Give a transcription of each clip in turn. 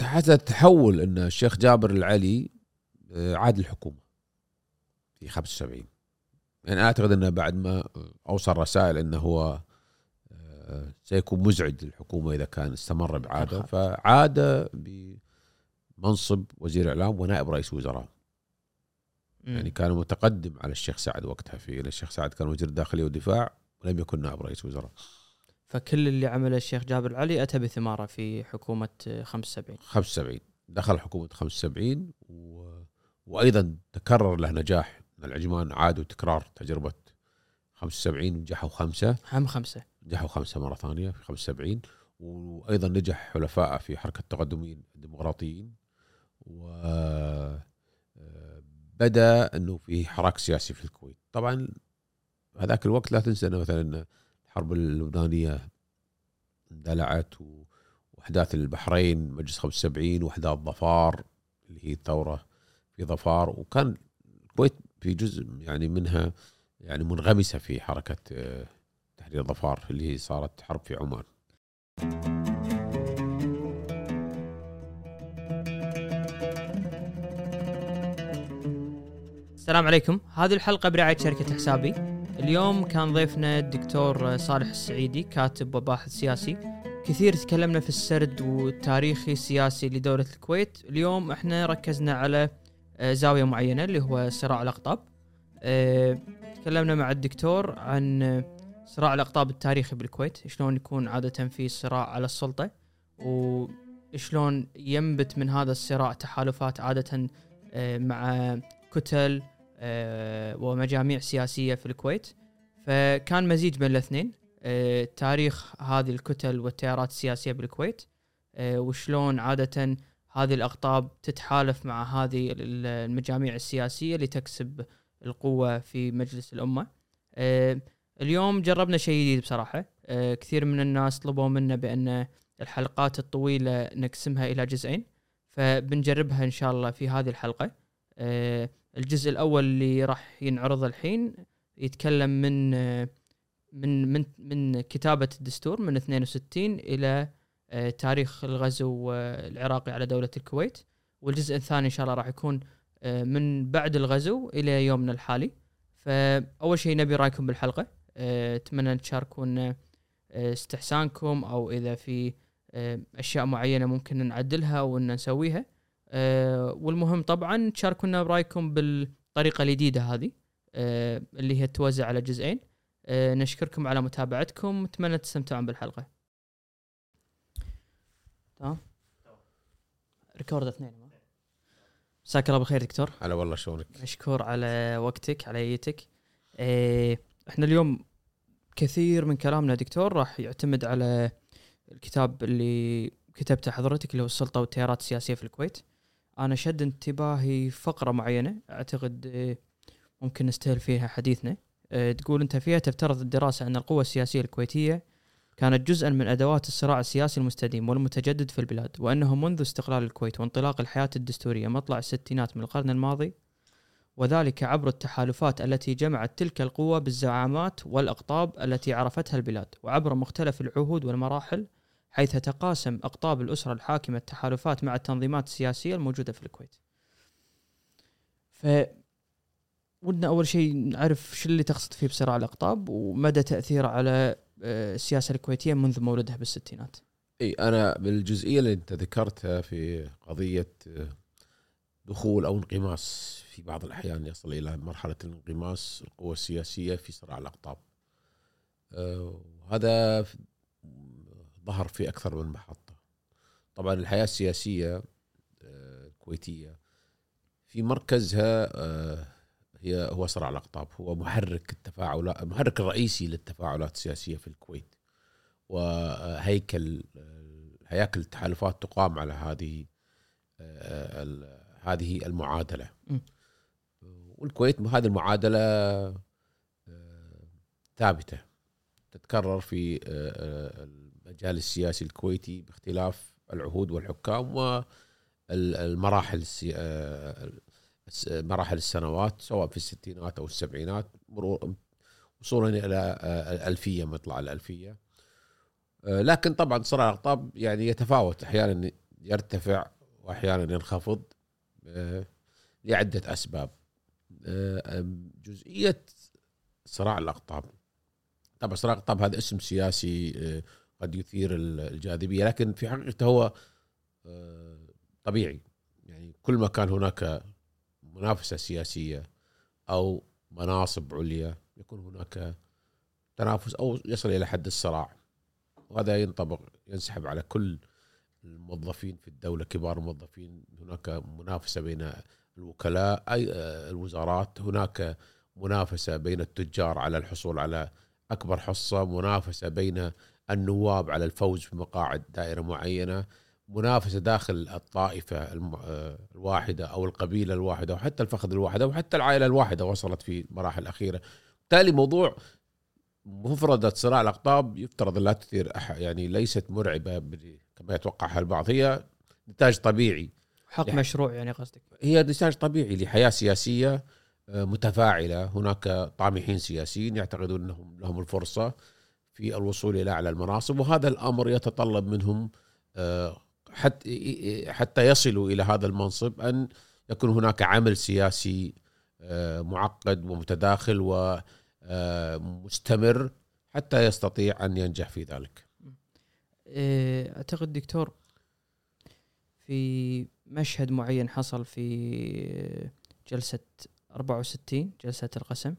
حتى تحول أن الشيخ جابر العلي عاد الحكومة في 75. يعني أعتقد أنه بعد ما أوصل رسائل أنه هو سيكون مزعج للحكومة إذا كان استمر بعاده، فعاد بمنصب وزير إعلام ونائب رئيس وزراء. يعني كان متقدم على الشيخ سعد وقتها، في الشيخ سعد كان وزير داخلية ودفاع ولم يكن نائب رئيس وزراء. فكل اللي عمله الشيخ جابر العلي أتى بثمارة في حكومة 75 دخل حكومة 75 وأيضا تكرر له نجاح. العجمان عادوا تكرار تجربة 75 نجحوا 5 نجحوا 5 مرة ثانية في 75. وأيضا نجح حلفاء في حركة التقدميين الديمقراطيين، وبدأ أنه في حراك سياسي في الكويت. طبعا هذاك الوقت لا تنسى أنه مثلا الحرب اللبنانية اندلعت، وأحداث البحرين مجلس 75 وأحداث ظفار اللي هي الثورة في ظفار، وكان الكويت في جزء يعني منها يعني منغمسة في حركة تحرير ظفار اللي هي صارت حرب في عمان. السلام عليكم. هذه الحلقة برعاية شركة حسابي. اليوم كان ضيفنا الدكتور صالح السعيدي، كاتب وباحث سياسي. كثير تكلمنا في السرد والتاريخي السياسي لدولة الكويت. اليوم احنا ركزنا على زاوية معينة اللي هو صراع الأقطاب. تكلمنا مع الدكتور عن صراع الأقطاب التاريخي بالكويت، شلون يكون عادة في صراع على السلطة، وشلون ينبت من هذا الصراع تحالفات عادة مع كتل ومجاميع سياسية في الكويت. فكان مزيج بين الاثنين، تاريخ هذه الكتل والتيارات السياسية بالكويت، وشلون عادة هذه الأقطاب تتحالف مع هذه المجاميع السياسية لتكسب القوة في مجلس الأمة. اليوم جربنا شيء جديد بصراحة. كثير من الناس طلبوا منا بأن الحلقات الطويلة نقسمها إلى جزئين، فبنجربها إن شاء الله في هذه الحلقة. الجزء الأول اللي راح ينعرض الحين يتكلم من كتابة الدستور من 62 إلى تاريخ الغزو العراقي على دولة الكويت. والجزء الثاني إن شاء الله راح يكون من بعد الغزو إلى يومنا الحالي. فأول شيء نبي رأيكم بالحلقة. أتمنى تشاركون استحسانكم، أو إذا في أشياء معينة ممكن نعدلها وإن نسويها. والمهم طبعا تشاركونا برأيكم بالطريقة الجديدة هذه اللي هي توزع على جزئين. نشكركم على متابعتكم، أتمنى تستمتعون بالحلقة. تمام، ريكورد 2. مساك الله بالخير دكتور. هلا والله، شلونك؟ مشكور على وقتك، على ايتك. احنا اليوم كثير من كلامنا دكتور راح يعتمد على الكتاب اللي كتبته حضرتك اللي هو السلطة والتيارات السياسية في الكويت. أنا شد انتباهي فقرة معينة أعتقد ممكن نستهل فيها حديثنا. تقول أنت فيها تفترض الدراسة أن القوة السياسية الكويتية كانت جزءا من أدوات الصراع السياسي المستديم والمتجدد في البلاد، وأنه منذ استقلال الكويت وانطلاق الحياة الدستورية مطلع الستينات من القرن الماضي، وذلك عبر التحالفات التي جمعت تلك القوة بالزعامات والأقطاب التي عرفتها البلاد، وعبر مختلف العهود والمراحل، حيث تقاسم أقطاب الأسرة الحاكمة التحالفات مع التنظيمات السياسية الموجودة في الكويت. ودنا أول شيء نعرف شو اللي تقصد فيه بصراع الأقطاب ومدى تأثيره على السياسة الكويتية منذ مولدها بالستينات. أنا بالجزئية اللي أنت ذكرتها في قضية دخول أو انغماس في بعض الأحيان يصل إلى مرحلة الانغماس القوى السياسية في صراع الأقطاب، وهذا ظهر في أكثر من محطة. طبعا الحياة السياسية الكويتية في مركزها هو صراع الأقطاب، هو محرك التفاعلات، المحرك الرئيسي للتفاعلات السياسية في الكويت، وهيكل هياكل التحالفات تقام على هذه المعادلة. والكويت هذه المعادلة ثابتة تتكرر في المجال السياسي الكويتي باختلاف العهود والحكام والمراحل مراحل السنوات، سواء في الستينات أو السبعينات وصولا إلى الألفية، مطلع الألفية. لكن طبعا صراع الأقطاب يعني يتفاوت، أحيانا يرتفع وأحيانا ينخفض لعدة أسباب. جزئية صراع الأقطاب، طبعا صراع الأقطاب هذا اسم سياسي قد يثير الجاذبية، لكن في حقيقته هو طبيعي. يعني كل ما كان هناك منافسة سياسية أو مناصب عليا يكون هناك تنافس أو يصل إلى حد الصراع، وهذا ينطبق ينسحب على كل الموظفين في الدولة، كبار الموظفين. هناك منافسة بين الوكلاء أي الوزارات، هناك منافسة بين التجار على الحصول على أكبر حصة، منافسة بين النواب على الفوز في مقاعد دائرة معينة، منافسة داخل الطائفة الواحدة أو القبيلة الواحدة وحتى الفخذ الواحدة وحتى العائلة الواحدة وصلت في مراحل أخيرة. بالتالي موضوع مفردة صراع الأقطاب يفترض لا تثير يعني ليست مرعبة كما يتوقعها البعض، هي نتاج طبيعي حق مشروع. يعني قصدك هي نتاج طبيعي لحياة سياسية متفاعلة. هناك طامحين سياسيين يعتقدون أنهم لهم الفرصة في الوصول إلى أعلى المناصب، وهذا الأمر يتطلب منهم حتى يصلوا إلى هذا المنصب أن يكون هناك عمل سياسي معقد ومتداخل ومستمر حتى يستطيع أن ينجح في ذلك. أعتقد دكتور في مشهد معين حصل في جلسة 64 جلسة القسم،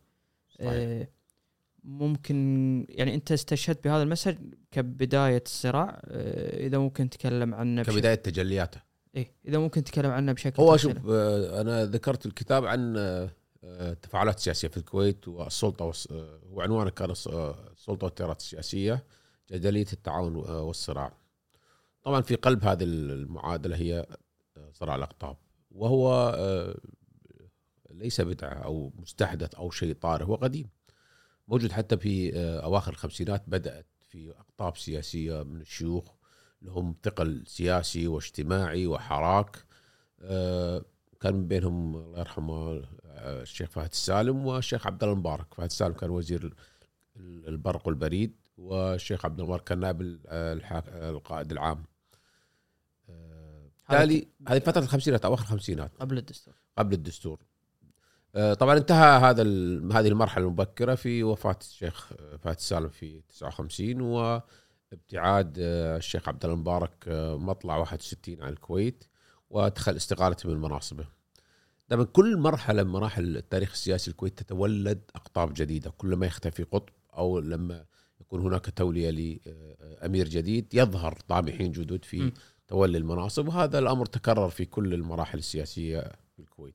ممكن يعني أنت استشهدت بهذا المشهد كبداية الصراع، إذا ممكن تتكلم عنه كبداية تجلياته. إذا ممكن تتكلم عنه بشكل هو شوف، أنا ذكرت الكتاب عن التفاعلات السياسية في الكويت والسلطة، وعنوانه كان السلطة والتيارات السياسية، جدلية التعاون والصراع. طبعا في قلب هذه المعادلة هي صراع الأقطاب، وهو ليس بدعة أو مستحدث أو شيء طارئ، هو قديم، موجود حتى في أواخر الخمسينات. بدأت في أقطاب سياسية من الشيوخ لهم ثقل سياسي واجتماعي وحراك، كان من بينهم الله يرحمه الشيخ فهد السالم والشيخ عبد الله المبارك. فهد السالم كان وزير البرق والبريد، والشيخ عبد الله المبارك كان نائب القائد العام. بالتالي هذه فترة الخمسينات، أواخر الخمسينات قبل الدستور. طبعا انتهى هذه المرحلة المبكرة في وفاة الشيخ فهد السالم في 59، وابتعاد الشيخ عبد الله المبارك مطلع 61 عن الكويت، ودخل استقالته من مناصبه. طبعا كل مرحلة من مراحل التاريخ السياسي الكويت تتولد أقطاب جديدة، كلما يختفي قطب أو لما يكون هناك تولية لأمير جديد يظهر طامحين جدد في تولي المناصب، وهذا الأمر تكرر في كل المراحل السياسية في الكويت.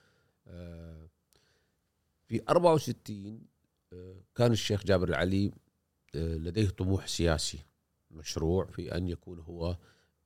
في 64 كان الشيخ جابر العلي لديه طموح سياسي مشروع في أن يكون هو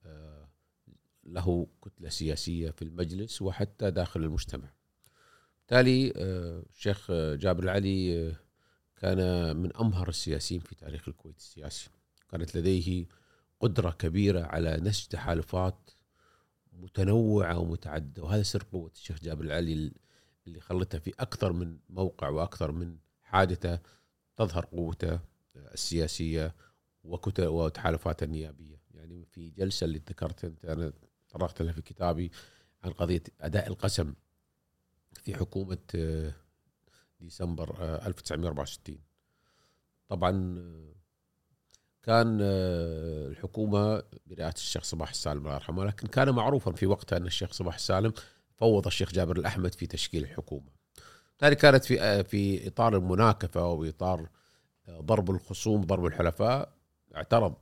له كتلة سياسية في المجلس وحتى داخل المجتمع. بالتالي الشيخ جابر العلي كان من أمهر السياسيين في تاريخ الكويت السياسي، كانت لديه قدرة كبيرة على نسج تحالفات متنوعة ومتعددة، وهذا سر قوة الشيخ جابر العلي اللي خلته في أكثر من موقع وأكثر من حادثة تظهر قوته السياسية وتحالفاته النيابية. يعني في جلسة اللي ذكرت أنت، أنا طرقت لها في كتابي عن قضية أداء القسم في حكومة ديسمبر 1964. طبعا كان الحكومة برئاسة الشيخ صباح السالم الله يرحمه، لكن كان معروفا في وقتها أن الشيخ صباح السالم فوض الشيخ جابر الأحمد في تشكيل الحكومة. هذه كانت في إطار المناكفة وإطار ضرب الخصوم ضرب الحلفاء. اعترض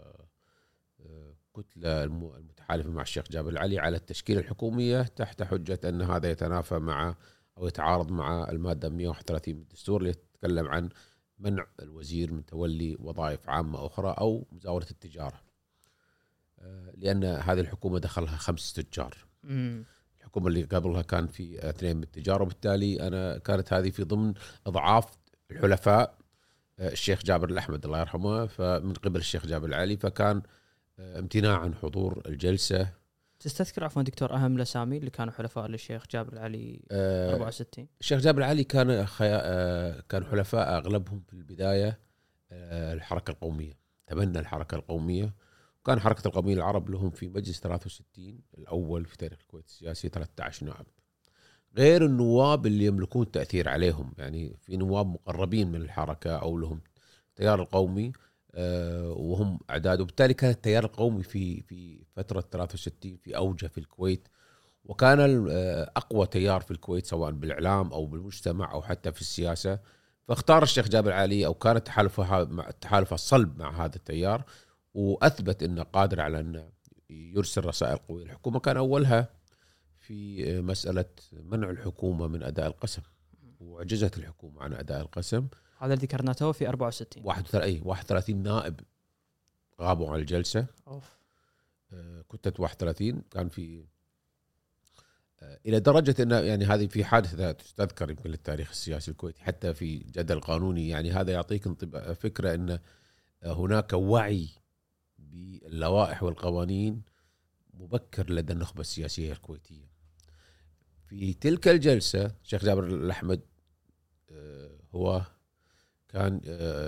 كتلة المتحالفة مع الشيخ جابر العلي على التشكيل الحكومية تحت حجة أن هذا يتنافى مع أو يتعارض مع المادة 131 من الدستور اللي يتكلم عن منع الوزير من تولي وظائف عامة أخرى أو مزاولة التجارة، لأن هذه الحكومة دخلها 5 تجار. الحكومة اللي قبلها كان في 2 من التجارة، وبالتالي كانت هذه في ضمن أضعاف الحلفاء الشيخ جابر الأحمد الله يرحمه فمن قبل الشيخ جابر العلي، فكان امتناع عن حضور الجلسة. تستذكر عفوا دكتور أهم الأسامي اللي كانوا حلفاء للشيخ جابر العلي 64؟ الشيخ جابر العلي كان حلفاء أغلبهم في البداية الحركة القومية، تبنى الحركة القومية كان حركة القوميين العرب لهم في مجلس 63 الأول في تاريخ الكويت السياسي 13 نائب، غير النواب اللي يملكون تأثير عليهم. يعني في نواب مقربين من الحركة أو لهم التيار القومي وهم أعداد، وبالتالي كان التيار القومي في فترة 63 في أوجه في الكويت، وكان أقوى تيار في الكويت سواء بالإعلام أو بالمجتمع أو حتى في السياسة. فاختار الشيخ جابر العلي أو كان تحالفه الصلب مع هذا التيار، وأثبت أنه قادر على أن يرسل رسائل قوية للحكومة. كان أولها في مسألة منع الحكومة من أداء القسم، وعجزت الحكومة عن أداء القسم. هذا اللي ذكرناه في 64 31 نائب غابوا عن الجلسة. كتلة 31 كان في إلى درجة أن يعني هذه في حادثة تذكر يمكن للتاريخ السياسي الكويتي حتى في جدل قانوني. يعني هذا يعطيك فكرة أن هناك وعي باللوائح والقوانين مبكر لدى النخبة السياسية الكويتية. في تلك الجلسة الشيخ جابر الأحمد هو كان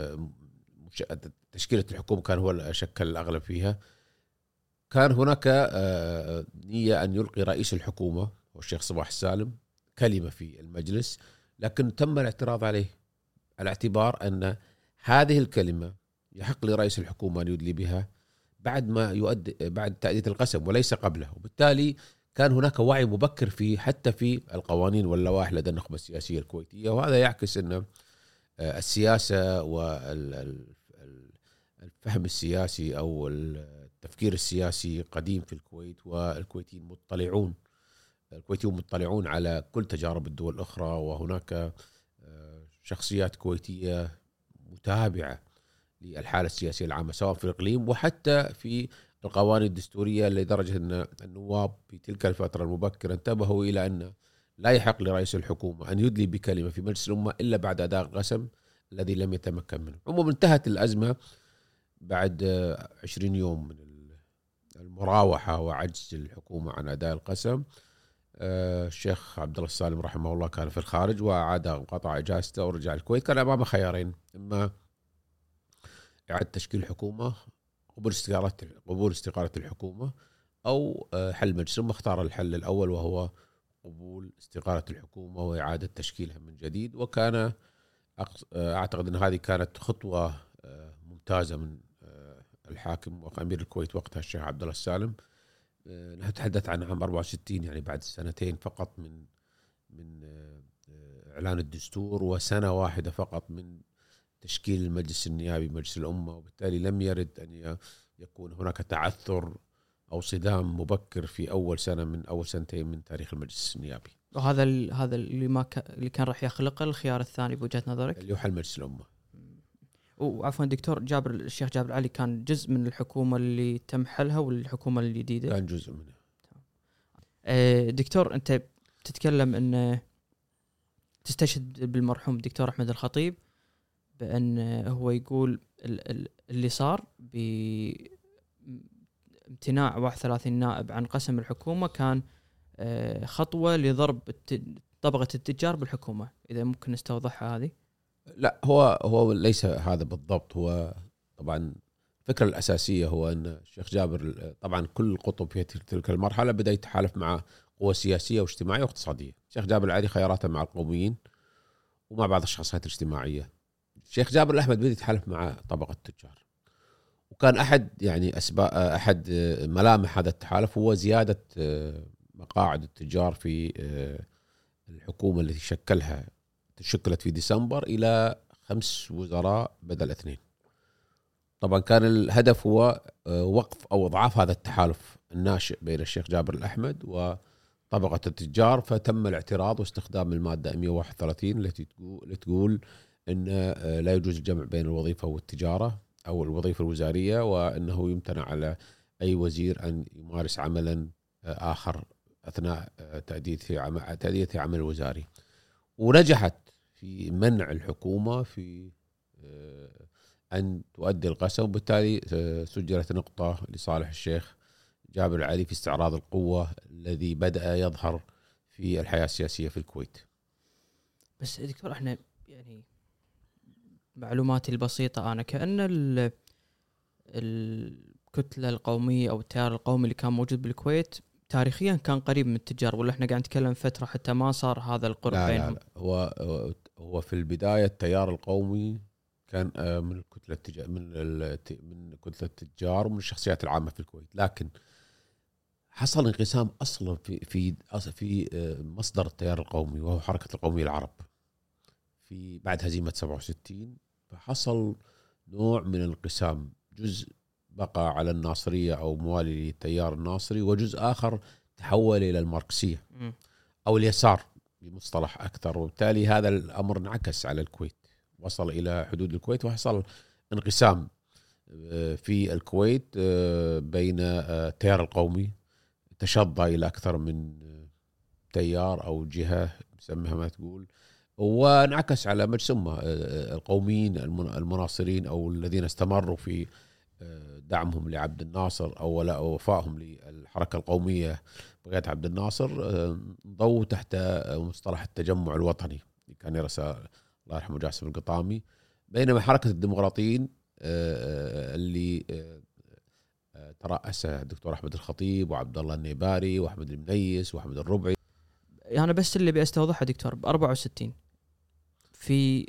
تشكيلة الحكومة كان هو شكل الأغلب فيها. كان هناك نية أن يلقي رئيس الحكومة والشيخ صباح السالم كلمة في المجلس، لكن تم الاعتراض عليه على اعتبار أن هذه الكلمة يحق لرئيس الحكومة أن يدلي بها بعد تأدية القسم وليس قبله. وبالتالي كان هناك وعي مبكر حتى في القوانين واللوائح لدى النخبة السياسية الكويتية، وهذا يعكس أن السياسة والفهم السياسي أو التفكير السياسي قديم في الكويت، والكويتيين مطلعون على كل تجارب الدول الأخرى، وهناك شخصيات كويتية متابعة للحالة السياسية العامة سواء في الإقليم وحتى في القوانين الدستورية، لدرجة أن النواب في تلك الفترة المبكرة انتبهوا إلى أن لا يحق لرئيس الحكومة أن يدلي بكلمة في مجلس الأمة إلا بعد أداء القسم الذي لم يتمكن منه. عموما انتهت الأزمة بعد 20 يوم من المراوحة وعجز الحكومة عن أداء القسم. الشيخ عبد الله السالم رحمه الله كان في الخارج وعاد وقطع إجازته ورجع الكويت. كان أمامه خيارين: إما إعادة تشكيل الحكومة، قبول استقالة الحكومة، أو حل مجلس. ثم اختار الحل الأول وهو قبول استقالة الحكومة وإعادة تشكيلها من جديد. وكان أعتقد أن هذه كانت خطوة ممتازة من الحاكم وأمير الكويت وقتها الشيخ عبد الله السالم. نتحدث عن عام 64، يعني بعد سنتين فقط من إعلان الدستور، وسنة واحدة فقط من تشكيل المجلس النيابي مجلس الأمة. وبالتالي لم يرد أن يكون هناك تعثر أو صدام مبكر في أول سنتين من تاريخ المجلس النيابي. وهذا اللي كان راح يخلق الخيار الثاني بوجهة نظرك، اللي هو حل مجلس الأمة. وعفوا دكتور الشيخ جابر العلي كان جزء من الحكومة اللي تم حلها والحكومة الجديدة كان جزء منها. دكتور أنت تتكلم أن تستشهد بالمرحوم الدكتور أحمد الخطيب بأن هو يقول اللي صار بامتناع 31 نائب عن قسم الحكومة كان خطوة لضرب طبقة التجار بالحكومة. إذا ممكن نستوضحها هذه. لا، هو ليس هذا بالضبط. هو طبعا الفكرة الأساسية هو أن الشيخ جابر طبعا كل قطب في تلك المرحلة بدأ يتحالف مع قوى سياسية واجتماعية واقتصادية. الشيخ جابر العلي خياراته مع القوميين ومع بعض الشخصيات الاجتماعية. الشيخ جابر الأحمد بدأ يتحالف مع طبقة التجار، وكان أحد ملامح هذا التحالف هو زيادة مقاعد التجار في الحكومة التي شكلت في ديسمبر إلى 5 وزراء بدل 2. طبعا كان الهدف هو وقف أو إضعاف هذا التحالف الناشئ بين الشيخ جابر الأحمد وطبقة التجار. فتم الاعتراض واستخدام المادة 131 التي تقول أن لا يجوز الجمع بين الوظيفة والتجارة أو الوظيفة الوزارية، وأنه يمتنع على أي وزير أن يمارس عملا آخر أثناء تأدية عمل وزاري. ونجحت في منع الحكومة في أن تؤدي القسم، وبالتالي سجلت نقطة لصالح الشيخ جابر العلي في استعراض القوة الذي بدأ يظهر في الحياة السياسية في الكويت. بس دكتور احنا يعني معلوماتي البسيطة أنا كأن الكتلة القومية أو التيار القومي اللي كان موجود بالكويت تاريخيا كان قريب من التجار، ولا إحنا قاعد نتكلم فترة حتى ما صار هذا القرب بينهم؟ لا هو في البداية التيار القومي كان من الكتلة من كتلة التجار ومن الشخصيات العامة في الكويت، لكن حصل انقسام أصلا في مصدر التيار القومي، وهو حركة القومية العرب في بعد هزيمة 67. فحصل نوع من الانقسام، جزء بقى على الناصرية أو موالي للتيار الناصري، وجزء آخر تحول إلى الماركسية أو اليسار بمصطلح أكثر، وبالتالي هذا الأمر انعكس على الكويت، وصل إلى حدود الكويت وحصل انقسام في الكويت بين التيار القومي تشظى إلى أكثر من تيار أو جهة سميها ما تقول، وانعكس على ما يسمى القوميين المناصرين أو الذين استمروا في دعمهم لعبد الناصر أو وفائهم للحركة القومية بقيادة عبد الناصر، ضووا تحت مصطلح التجمع الوطني اللي كان يرأسه الله يرحمه جاسم القطامي. بينما حركة الديمقراطيين اللي ترأسها الدكتور أحمد الخطيب وعبد الله النيباري وأحمد المنيس وأحمد الربعي. يعني بس اللي بيستوضحه دكتور ب64 في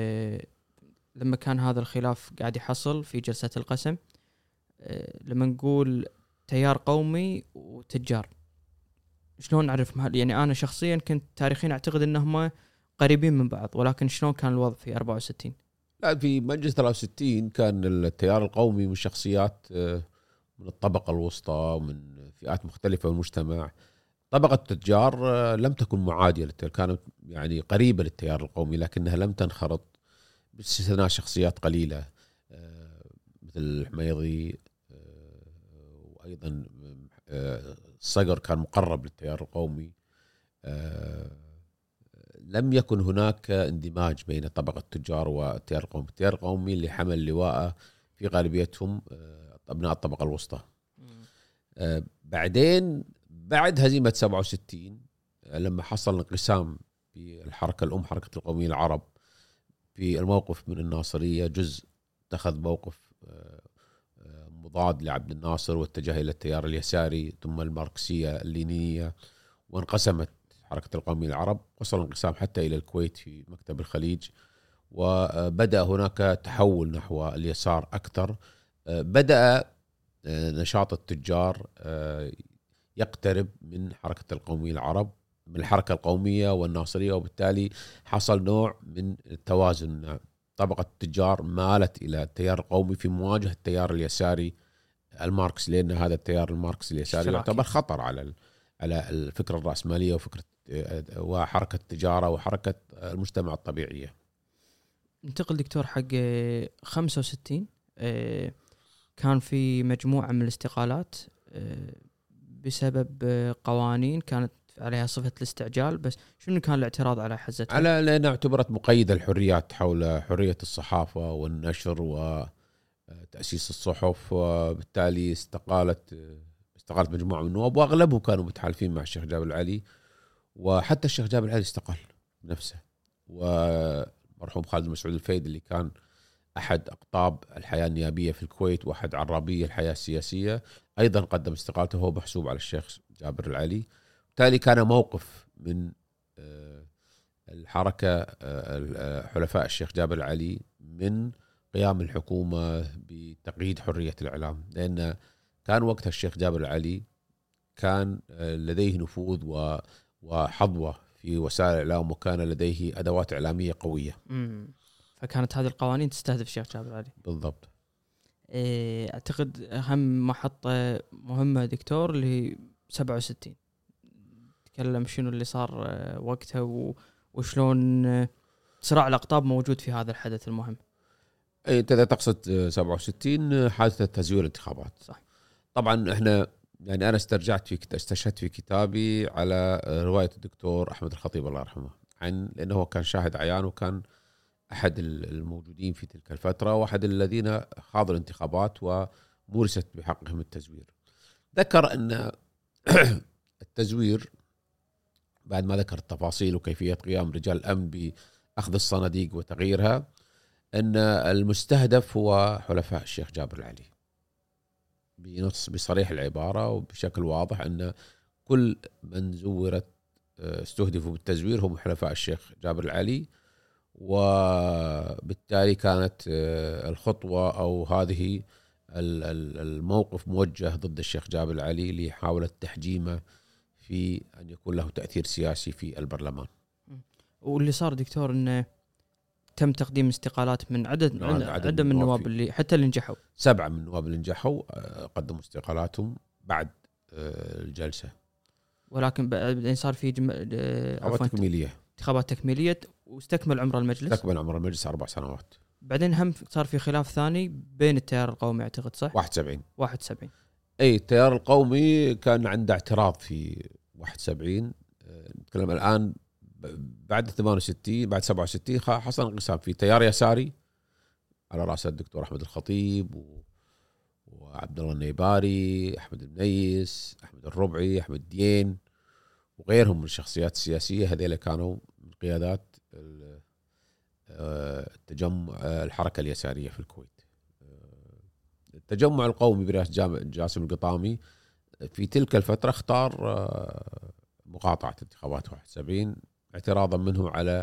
لما كان هذا الخلاف قاعد يحصل في جلسة القسم، لما نقول تيار قومي وتجار شلون نعرفهم؟ يعني أنا شخصيا كنت تاريخيا أعتقد أنهم قريبين من بعض، ولكن شلون كان الوضع في 64؟ لا، في مجلس 63 كان التيار القومي من شخصيات من الطبقة الوسطى ومن فئات مختلفة من المجتمع. طبقة التجار لم تكن معادية للتيار، كانت يعني قريبة للتيار القومي لكنها لم تنخرط، باستثناء شخصيات قليلة مثل الحميضي، وأيضا الصقر كان مقرب للتيار القومي. لم يكن هناك اندماج بين طبقة التجار والتيار القومي. التيار القومي اللي حمل لواءه في غالبيتهم أبناء الطبقة الوسطى. بعدين بعد هزيمة 67 لما حصل انقسام في الحركة الأم حركة القومية العرب في الموقف من الناصرية، جزء اتخذ موقف مضاد لعبد الناصر واتجه إلى التيار اليساري ثم الماركسية اللينية، وانقسمت حركة القومية العرب. وصل انقسام حتى إلى الكويت في مكتب الخليج، وبدأ هناك تحول نحو اليسار أكثر. بدأ نشاط التجار يقترب من حركة القومية العرب، من الحركة القومية والناصرية، وبالتالي حصل نوع من التوازن. طبقة التجار مالت إلى التيار القومي في مواجهة التيار اليساري الماركس، لأن هذا التيار الماركس اليساري يعتبر خطر على الفكرة الرأسمالية وفكرة وحركة التجارة وحركة المجتمع الطبيعية. ننتقل دكتور حق 65. كان في مجموعة من الاستقالات بسبب قوانين كانت عليها صفة الاستعجال، بس شنو كان الاعتراض على حزتها؟ لأنها اعتبرت مقيدة الحريات حول حرية الصحافة والنشر وتأسيس الصحف، وبالتالي استقالت مجموعة من النواب، وأغلبهم كانوا متحالفين مع الشيخ جابر العلي، وحتى الشيخ جابر العلي استقال بنفسه. ومرحوم خالد مسعود الفيد اللي كان أحد أقطاب الحياة النيابية في الكويت وأحد عرابي الحياة السياسية أيضا قدم استقالته، هو محسوب على الشيخ جابر العلي. بالتالي كان موقف من الحركة حلفاء الشيخ جابر العلي من قيام الحكومة بتقييد حرية الإعلام، لأن كان وقتها الشيخ جابر العلي كان لديه نفوذ وحظوة في وسائل الإعلام، وكان لديه أدوات إعلامية قوية. فكانت هذه القوانين تستهدف الشيخ جابر العلي بالضبط. أعتقد أهم محطة مهمة دكتور اللي 67 تكلم شنو اللي صار وقتها وشلون صراع الأقطاب موجود في هذا الحدث المهم. أنت إذا تقصد 67 حادثة تزوير الانتخابات. صح. طبعا احنا يعني أنا استشهدت في كتابي على رواية الدكتور أحمد الخطيب الله يرحمه، لأنه هو كان شاهد عيان وكان أحد الموجودين في تلك الفترة وأحد الذين خاضوا الانتخابات ومورست بحقهم التزوير. ذكر أن التزوير بعد ما ذكر التفاصيل وكيفية قيام رجال الأمن بأخذ الصناديق وتغييرها، أن المستهدف هو حلفاء الشيخ جابر العلي، بنص بصريح العبارة وبشكل واضح أن كل من زورت استهدفوا بالتزوير هم حلفاء الشيخ جابر العلي، وبالتالي كانت الخطوة أو هذه الموقف موجه ضد الشيخ جابر العلي ليحاول تحجيمه في أن يكون له تأثير سياسي في البرلمان. واللي صار دكتور أنه تم تقديم استقالات من عدد من النواب اللي حتى اللي نجحوا. 7 من النواب اللي نجحوا قدموا استقالاتهم بعد الجلسة، ولكن بعدين صار في انتخابات تكميلية واستكمل عمر المجلس. استكمل عمر المجلس 4 سنوات. بعدين هم صار في خلاف ثاني بين التيار القومي أعتقد صح؟ 71. أي التيار القومي كان عنده اعتراض في 71. نتكلم الآن بعد 68 بعد 67 حصل انقسام في تيار يساري على رأس الدكتور أحمد الخطيب وعبد الله النيباري، أحمد المنيس، أحمد الربعي، أحمد ديين وغيرهم من الشخصيات السياسية. هذيلا كانوا من قيادات التجمع الحركة اليسارية في الكويت. التجمع القومي برئاسة جاسم القطامي في تلك الفترة اختار مقاطعة انتخابات 71 اعتراضا منه على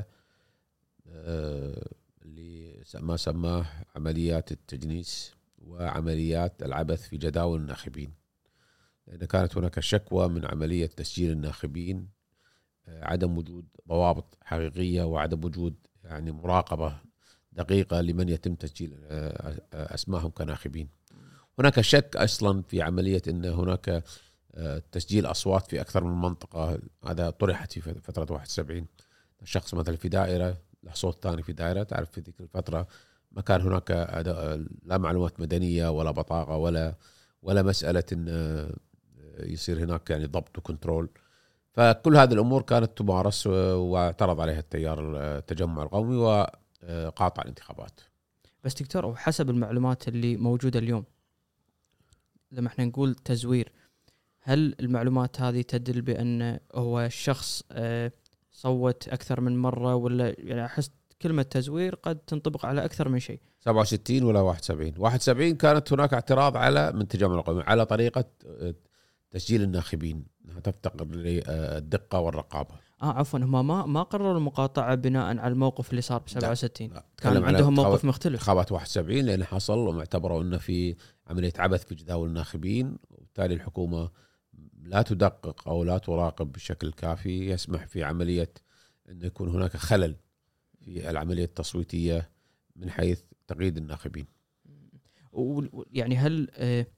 اللي ما سماه عمليات التجنيس وعمليات العبث في جداول الناخبين، لأن كانت هناك شكوى من عملية تسجيل الناخبين، عدم وجود ضوابط حقيقية وعدم وجود يعني مراقبة دقيقة لمن يتم تسجيل أسمائهم كناخبين. هناك شك أصلا في عملية أن هناك تسجيل أصوات في أكثر من منطقة، هذا طرحت في فترة 71. الشخص مثلا في دائرة له صوت ثاني في دائرة، تعرف في ذيك الفترة ما كان هناك لا معلومات مدنية ولا بطاقة ولا مسألة أن يصير هناك يعني ضبط وكنترول. فكل هذه الأمور كانت تمارس واعترض عليها التيار التجمع القومي وقاطع الانتخابات. بس دكتور وحسب المعلومات اللي موجودة اليوم لما احنا نقول تزوير، هل المعلومات هذه تدل بأن هو الشخص صوت أكثر من مرة، ولا يعني أحس كلمة تزوير قد تنطبق على أكثر من شيء؟ 67 ولا 71 كانت هناك اعتراض على من تجمع القومي على طريقة تسجيل الناخبين، انها تفتقر للدقة والرقابة. عفوا، هم ما قرروا المقاطعة بناء على الموقف اللي صار ب 67. كان عندهم موقف مختلف. انتخابات 71 لأن حصل واعتبروا أنه في عملية عبث في جداول الناخبين، وبالتالي الحكومة لا تدقق أو لا تراقب بشكل كافي يسمح في عملية أن يكون هناك خلل في العملية التصويتية من حيث تقييد الناخبين. يعني هل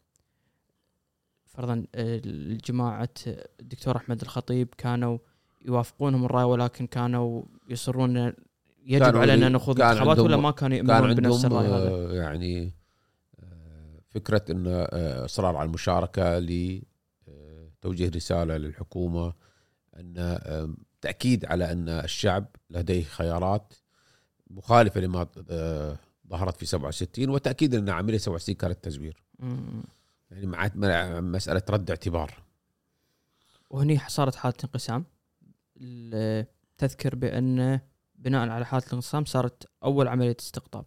فرضا الجماعة الدكتور أحمد الخطيب كانوا يوافقونهم الرأي، ولكن كانوا يصرون يجب علينا نخوض انتخابات، ولا ما كانوا يؤمنون بنفس الرأي هذا؟ يعني فكرة أن إصرار على المشاركة لتوجيه رسالة للحكومة أن تأكيد على أن الشعب لديه خيارات مخالفة لما ظهرت في 67، وتأكيد أن عملية 67 كانت تزوير. يعني مع مسألة رد اعتبار. وهني صارت حالة انقسام. تذكر بأن بناء على حالة الانقسام صارت أول عملية استقطاب.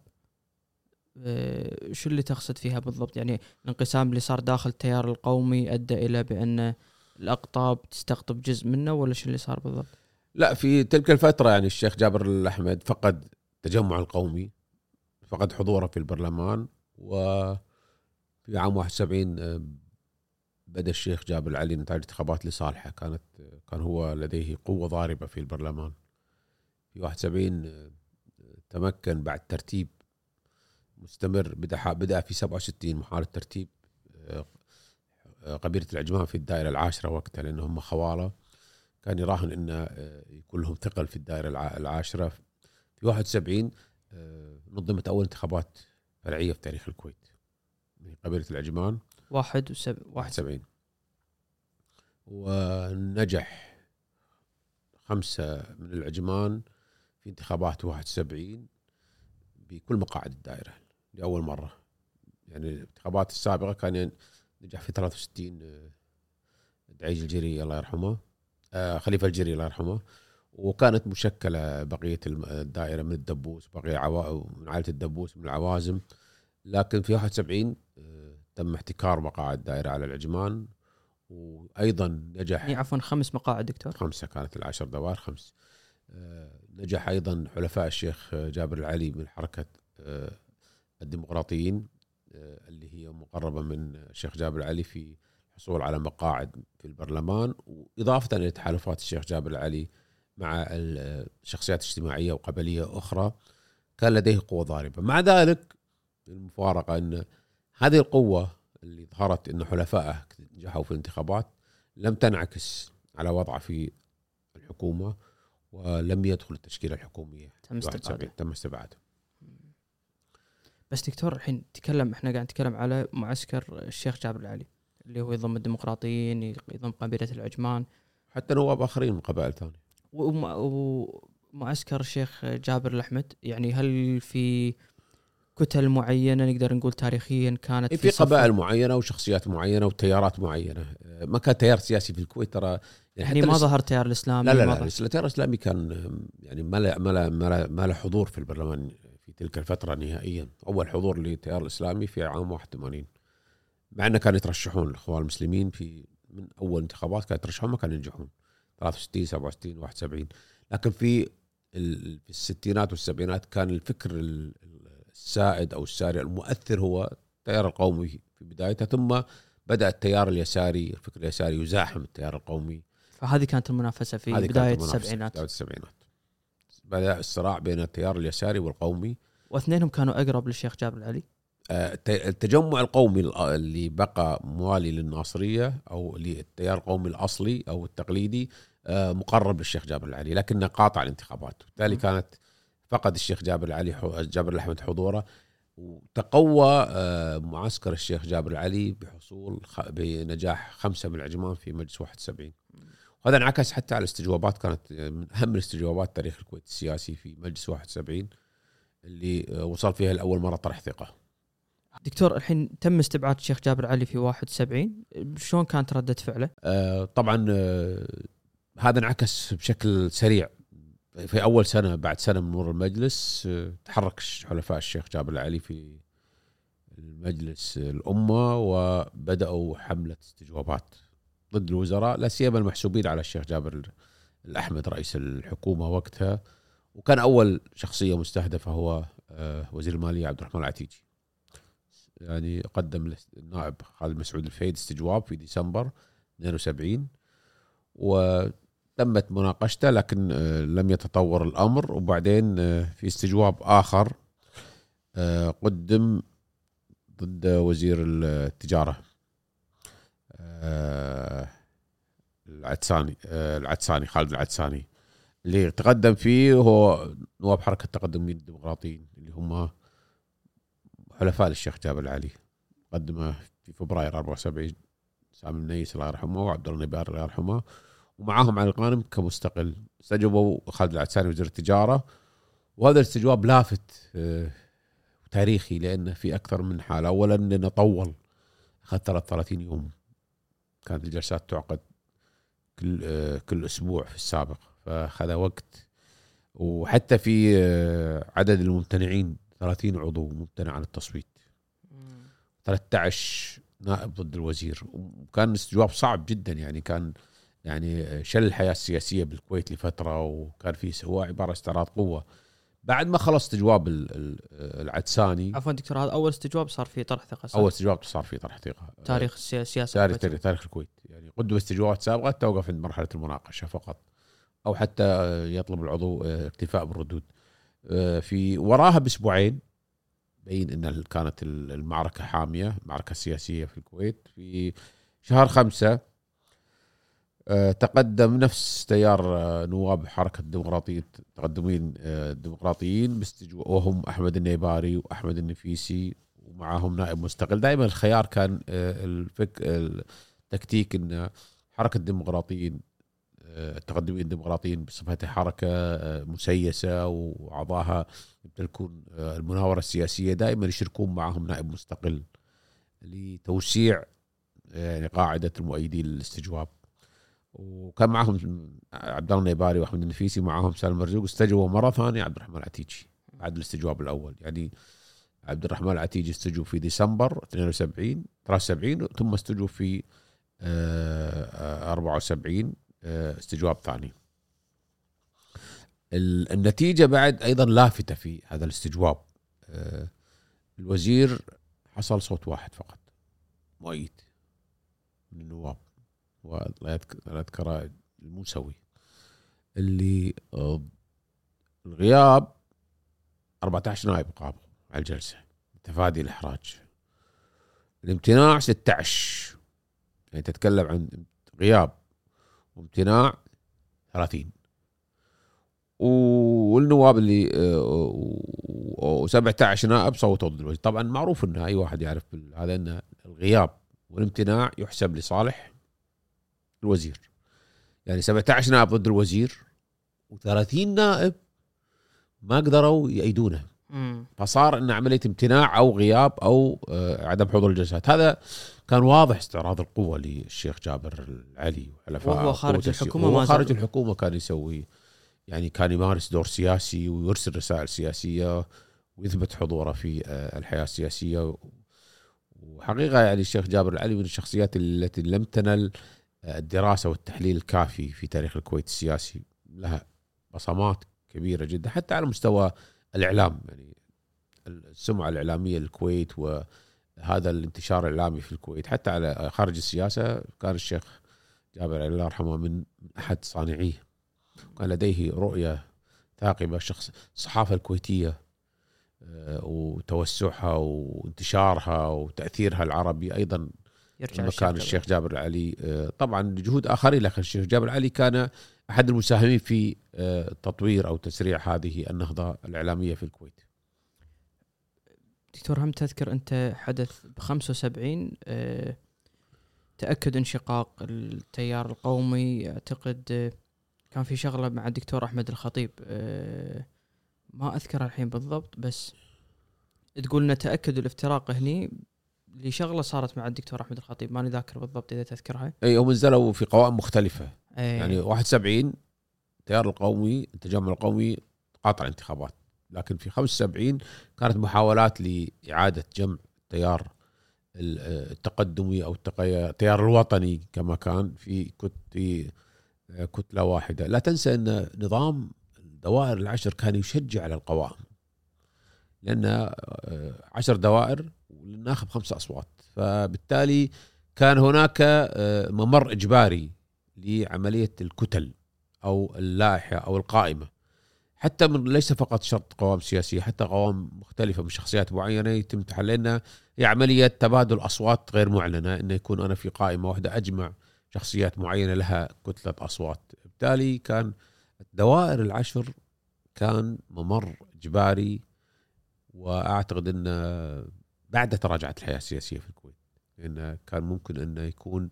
شو اللي تقصد فيها بالضبط؟ يعني الانقسام اللي صار داخل التيار القومي أدى إلى بأن الأقطاب تستقطب جزء منه، ولا شو اللي صار بالضبط؟ لا، في تلك الفترة يعني الشيخ جابر الأحمد فقد التجمع القومي، فقد حضوره في البرلمان، وفي عام 71 بدأ الشيخ جابر العلي نتائج انتخابات لصالحه، كان هو لديه قوة ضاربة في البرلمان. في 71 تمكن بعد ترتيب مستمر، بدأ في 67 محاولة ترتيب قبيلة العجمان في الدائرة العاشرة وقتها، لأنهم خوالة، كان يراهن أن يكون لهم ثقل في الدائرة العاشرة. في 71 نظمت أول انتخابات فرعية في تاريخ الكويت من قبيلة العجمان 71، ونجح 5 من العجمان في انتخابات 71 بكل مقاعد الدائرة لأول مرة. يعني الانتخابات السابقة كان نجح في 63 دعيج الجري الله يرحمه، خليفة الجري الله يرحمه، وكانت مشكلة بقية الدائرة من الدبوس، بقية من عائلة الدبوس من العوازم. لكن في 71 تم احتكار مقاعد دائرة على العجمان، وأيضا نجح يعني عفوا 5 مقاعد دكتور. 5 كانت 10 دوائر 5. نجح أيضا حلفاء الشيخ جابر العلي من حركة الديمقراطيين اللي هي مقربة من الشيخ جابر العلي في الحصول على مقاعد في البرلمان، وإضافة إلى تحالفات الشيخ جابر العلي مع الشخصيات الاجتماعية وقبلية أخرى كان لديه قوة ضاربة. مع ذلك المفارقة أن هذه القوة اللي ظهرت أن حلفائه نجحوا في الانتخابات لم تنعكس على وضعه في الحكومة، ولم يدخل التشكيلة الحكومية. تم استبعاده. بس دكتور الحين احنا قاعد نتكلم على معسكر الشيخ جابر العلي اللي هو يضم الديمقراطيين، يضم قبيلة العجمان، حتى نواب آخرين من قبائل ثانية، ومعسكر الشيخ جابر الأحمد. يعني هل في كتل معينة نقدر نقول تاريخيا كانت في قبائل معينة وشخصيات معينة وتيارات معينة؟ ما كان تيار سياسي في الكويت ترى، يعني ما ظهر تيار الإسلامي؟ لا التيار الإسلامي كان يعني ما له حضور في البرلمان في تلك الفترة نهائيا. أول حضور للتيار الإسلامي في عام 81، مع أنه كانوا يترشحون الإخوان المسلمين من أول انتخابات كانوا يترشحون، ما كانوا ينجحون 63 67 71. لكن في الستينات والسبعينات كان الفكر السائد أو الساري المؤثر هو التيار القومي في بدايته، ثم بدأ التيار اليساري، الفكر اليساري يزاحم التيار القومي. فهذه كانت المنافسة في بداية السبعينات. بدأ الصراع بين التيار اليساري والقومي، واثنينهم كانوا أقرب للشيخ جابر العلي. التجمع القومي اللي بقى موالي للناصرية أو للتيار القومي الأصلي أو التقليدي مقرب للشيخ جابر العلي، لكنه قاطع الانتخابات، وبالتالي كانت فقد الشيخ جابر العلي جابر الأحمد حضوره، وتقوى معسكر الشيخ جابر العلي بنجاح 5 من العجمان في مجلس 71. وهذا انعكس حتى على الاستجوابات، كانت من أهم الاستجوابات تاريخ الكويت السياسي في مجلس 71 اللي وصل فيها لأول مرة طرح ثقة. دكتور الحين تم استبعاد الشيخ جابر العلي في 71، شلون كانت ردة فعله؟ طبعا هذا انعكس بشكل سريع في أول سنة. بعد سنة من مرور المجلس تحرك حلفاء الشيخ جابر العلي في المجلس الأمة، وبدأوا حملة استجوابات ضد الوزراء، لا سيما المحسوبين على الشيخ جابر الأحمد رئيس الحكومة وقتها. وكان أول شخصية مستهدفة هو وزير المالية عبد الرحمن العتيجي. يعني قدم النائب خالد مسعود الفيد استجواب في ديسمبر 72 وتمت مناقشته، لكن لم يتطور الأمر. وبعدين في استجواب آخر قدم ضد وزير التجارة العدساني خالد العدساني، اللي تقدم فيه هو نواب حركة تقدمين الديمقراطيين اللي هم حلفاء الشيخ جابر العلي. قدمه في فبراير 74 سامي النيس الله يرحمه وعبد الله النبار الله يرحمه، ومعاهم علي الغانم كمستقل. استجوبوا خالد العدساني وزير التجارة، وهذا الاستجواب لافت تاريخي لأنه في أكثر من حالة. أولا لأنه طول، أخذ 33 يوم، كانت الجلسات تعقد كل أسبوع في السابق، فأخذ وقت. وحتى في عدد الممتنعين 30 عضو ممتنع عن التصويت، 13 نائب ضد الوزير، وكان استجواب صعب جدا. يعني كان شل الحياة السياسية بالكويت لفترة، وكان فيه هو عبارة استعراض قوة. بعد ما خلص استجواب العدساني، عفوا دكتور، هذا أول استجواب صار فيه طرح ثقة، أول استجواب صار فيه طرح ثقة تاريخ السياسة، تاريخ الكويت. يعني قدم استجوابات سابقة توقف عند مرحلة المناقشة فقط، أو حتى يطلب العضو اكتفاء بالردود. في وراها بأسبوعين بين أن كانت المعركة حامية، معركة سياسية في الكويت. في شهر 5 تقدم نفس تيار نواب حركة الديمقراطية تقدمين الديمقراطيين وهم أحمد النيباري وأحمد النفيسي، ومعهم نائب مستقل. دائما الخيار كان التكتيك أن حركة الديمقراطيين التقدمين الديمقراطيين بصفتها حركة مسيسة وأعضاءها يمتلكون المناورة السياسية، دائما يشاركون معهم نائب مستقل لتوسيع يعني قاعدة المؤيدين للاستجواب. وكان معهم عبد الله النيباري واحمد النفيسي، معهم سالم مرزوق. استجوبوا مرة ثانية عبد الرحمن العتيجي بعد الاستجواب الأول. يعني عبد الرحمن العتيجي استجوب في ديسمبر 73 ثم استجوب في 74 استجواب ثاني. النتيجة بعد أيضا لافتة في هذا الاستجواب. الوزير حصل صوت واحد فقط مؤيد من النواب، ولا أذكر الموسوي. اللي الغياب 14 نائب قاموا على الجلسة تفادي الإحراج. الامتناع 16، يعني تتكلم عن غياب وامتناع 30. والنواب اللي 17 نائب صوتوا ضد الوزير. طبعا معروف ان اي واحد يعرف هذا ان الغياب والامتناع يحسب لصالح الوزير. يعني 17 نائب ضد الوزير و30 نائب ما قدروا يأيدونه، فصار ان عمليه امتناع او غياب او عدم حضور الجلسات. هذا كان واضح استعراض القوه للشيخ جابر العلي وحلفائه، وهو خارج الحكومه. وهو خارج الحكومه كان يسوي، يعني كان يمارس دور سياسي ويرسل رسائل سياسيه ويثبت حضوره في الحياه السياسيه. وحقيقه يعني الشيخ جابر العلي من الشخصيات التي لم تنل الدراسه والتحليل الكافي في تاريخ الكويت السياسي. لها بصمات كبيره جدا حتى على مستوى الإعلام، يعني السمعة الإعلامية للكويت وهذا الانتشار الإعلامي في الكويت حتى على خارج السياسة. كان الشيخ جابر الله يرحمه من أحد صانعيه، كان لديه رؤية ثاقبة. الصحافة الكويتية وتوسعها وانتشارها وتأثيرها العربي أيضا كان الشيخ جابر العلي. طبعا جهود آخرين، لكن الشيخ جابر العلي كان أحد المساهمين في تطوير أو تسريع هذه النهضة الإعلامية في الكويت. دكتور، هم تذكر أنت حدث ب75 تأكد انشقاق التيار القومي. أعتقد كان في شغلة مع الدكتور أحمد الخطيب، ما أذكر الحين بالضبط، بس تقول لنا تأكد الافتراق هني لشغلة صارت مع الدكتور أحمد الخطيب، ماني ذاكر بالضبط إذا تذكرها. أي هم نزلوا في قوائم مختلفة. يعني 71 التيار القومي التجمع القومي قاطع الانتخابات، لكن في 75 كانت محاولات لإعادة جمع التيار التقدمي أو التيار الوطني كما كان في كتلة واحدة. لا تنسى أن نظام الدوائر العشر كان يشجع على القوائم، لأن 10 دوائر والناخب 5 أصوات، فبالتالي كان هناك ممر إجباري لعملية الكتل أو اللائحة أو القائمة، حتى من ليس فقط شرط قوائم سياسية، حتى قوائم مختلفة من شخصيات معينة يتم تحليلنا. هي عملية تبادل أصوات غير معلنة، إنه يكون أنا في قائمة واحدة أجمع شخصيات معينة لها كتلة أصوات. بالتالي كان الدوائر العشر كان ممر إجباري، وأعتقد أن بعد تراجعت الحياة السياسية في الكويت لأن كان ممكن أن يكون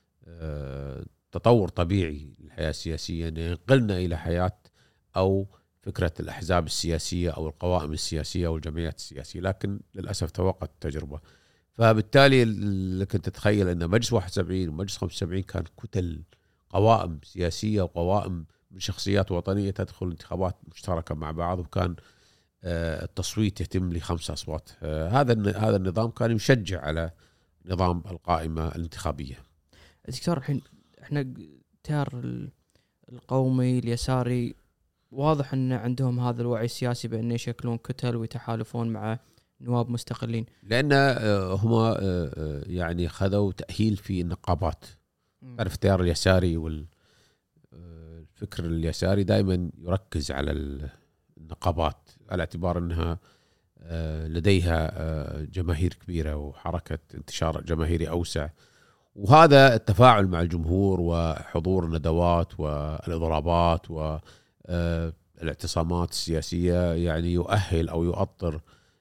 تطور طبيعي للحياة السياسية، أن ينقلنا إلى حياة أو فكرة الأحزاب السياسية أو القوائم السياسية أو الجمعيات السياسية، لكن للأسف توقعت التجربة. فبالتالي لكن تتخيل أن مجلس 71 ومجلس 75 كان كتل قوائم سياسية وقوائم من شخصيات وطنية تدخل انتخابات مشتركة مع بعض، وكان التصويت يتم ل5 أصوات. هذا النظام كان يشجع على نظام القائمة الانتخابية. دكتور، الحين احنا التيار القومي اليساري واضح ان عندهم هذا الوعي السياسي بان يشكلون كتل ويتحالفون مع نواب مستقلين، لان هم يعني خذوا تأهيل في النقابات. تعرف التيار اليساري والفكر اليساري دائما يركز على النقابات على اعتبار انها لديها جماهير كبيرة وحركة انتشار جماهيري أوسع، وهذا التفاعل مع الجمهور وحضور الندوات والإضرابات والاعتصامات السياسية يعني يؤهل أو يؤطر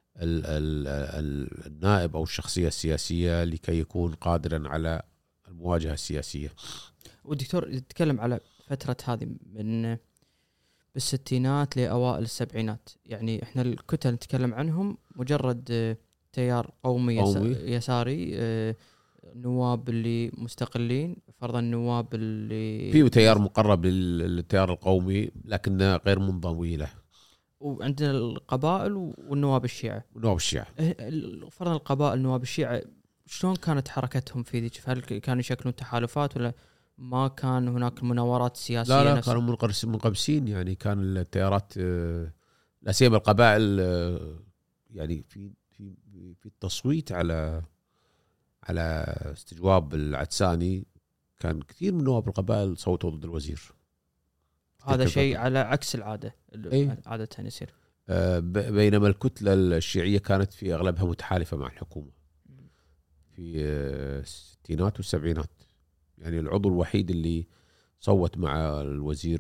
النائب أو الشخصية السياسية لكي يكون قادرا على المواجهة السياسية. والدكتور يتكلم على فترة هذه من بالستينات لأوائل السبعينات، يعني احنا الكتل نتكلم عنهم مجرد تيار قومي يساري، نواب اللي مستقلين، فرضا النواب اللي فيه تيار مقرب للتيار القومي لكنه غير منضوي له. وعندنا القبائل والنواب الشيعة. فرضا القبائل نواب الشيعة شلون كانت حركتهم في ذيك؟ هل كانوا يشكلون تحالفات ولا ما كان هناك مناورات سياسية؟ لا كانوا منقبسين، يعني كان التيارات لا سيما القبائل يعني في التصويت على استجواب العدساني كان كثير من نواب القبائل صوتوا ضد الوزير. هذا شيء على عكس العادة عادة يصير. بينما الكتلة الشيعية كانت في أغلبها متحالفة مع الحكومة في الستينات والسبعينات. يعني العضو الوحيد اللي صوت مع الوزير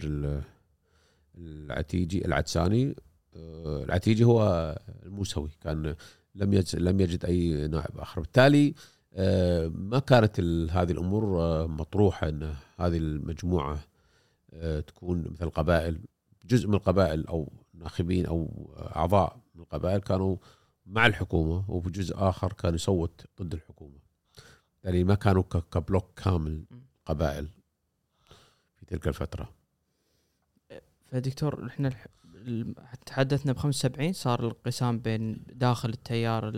العدساني العتيجي هو الموسوي، كان لم يجد أي نائب آخر. بالتالي ما كانت هذه الأمور مطروحة أن هذه المجموعة تكون مثل القبائل. جزء من القبائل أو ناخبين أو أعضاء من القبائل كانوا مع الحكومة، وفي جزء آخر كان يصوت ضد الحكومة. يعني ما كانوا كبلوك كامل قبائل في تلك الفترة. فدكتور احنا تحدثنا ب75 صار الانقسام بين داخل التيار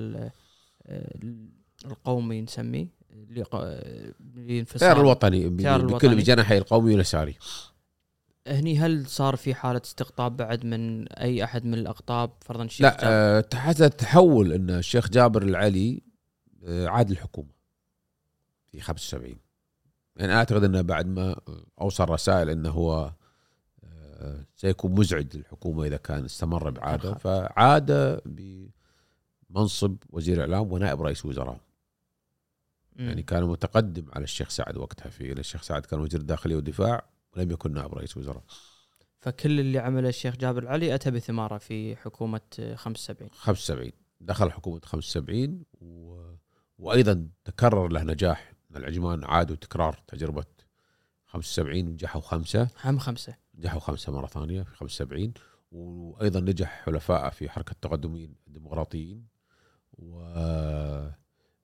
القومي نسميه التيار الوطني بكل بجناحي القومي واليساري. هني هل صار في حالة استقطاب بعد من أي أحد من الأقطاب فرضاً الشيخ لا حدث تحول أن الشيخ جابر العلي عاد الحكومة في 75. يعني أعتقد أنه بعد ما أوصل رسائل أنه هو سيكون مزعج للحكومة إذا كان استمر بعاده، فعاد بمنصب وزير إعلام ونائب رئيس وزراء. يعني كان متقدم على الشيخ سعد وقتها، الشيخ سعد كان وزير داخلية ودفاع ولم يكن نائب رئيس وزراء. فكل اللي عمله الشيخ جابر العلي أتى بثمارة في حكومة 75. دخل حكومة 75 وأيضا تكرر له نجاح. العجمان عادوا تكرار تجربة 75، نجحوا 5 نجحوا 5 مرة ثانية في 75. وأيضا نجح حلفاء في حركة التقدميين الديمقراطيين، وبدأ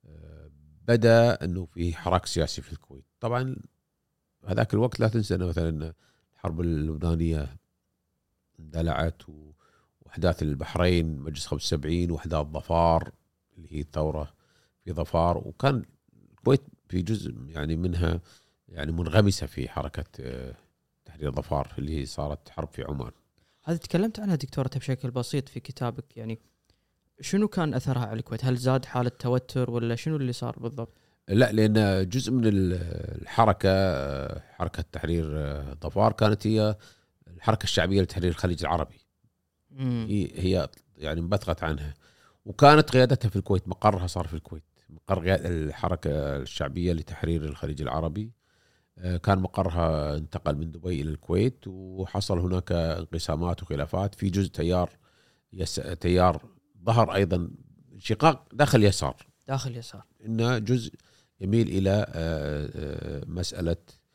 أنه في حراك سياسي في الكويت. طبعا هذاك الوقت لا تنسى أنه مثلا الحرب اللبنانية اندلعت، وأحداث البحرين مجلس 75 وأحداث ظفار اللي هي الثورة في ظفار، وكان الكويت في جزء يعني منها يعني منغمسة في حركة تحرير ظفار اللي هي صارت حرب في عمان. هذه تكلمت عنها دكتورة بشكل بسيط في كتابك. يعني شنو كان أثرها على الكويت؟ هل زاد حالة توتر ولا شنو اللي صار بالضبط؟ لا، لأن جزء من الحركة حركة تحرير ظفار كانت هي الحركة الشعبية لتحرير الخليج العربي. هي يعني انبثقت عنها، وكانت قيادتها في الكويت، مقرها صار في الكويت. مقر الحركة الشعبية لتحرير الخليج العربي كان مقرها انتقل من دبي إلى الكويت، وحصل هناك انقسامات وخلافات في جزء تيار ظهر أيضا انشقاق داخل يسار، إنه جزء يميل إلى مسألة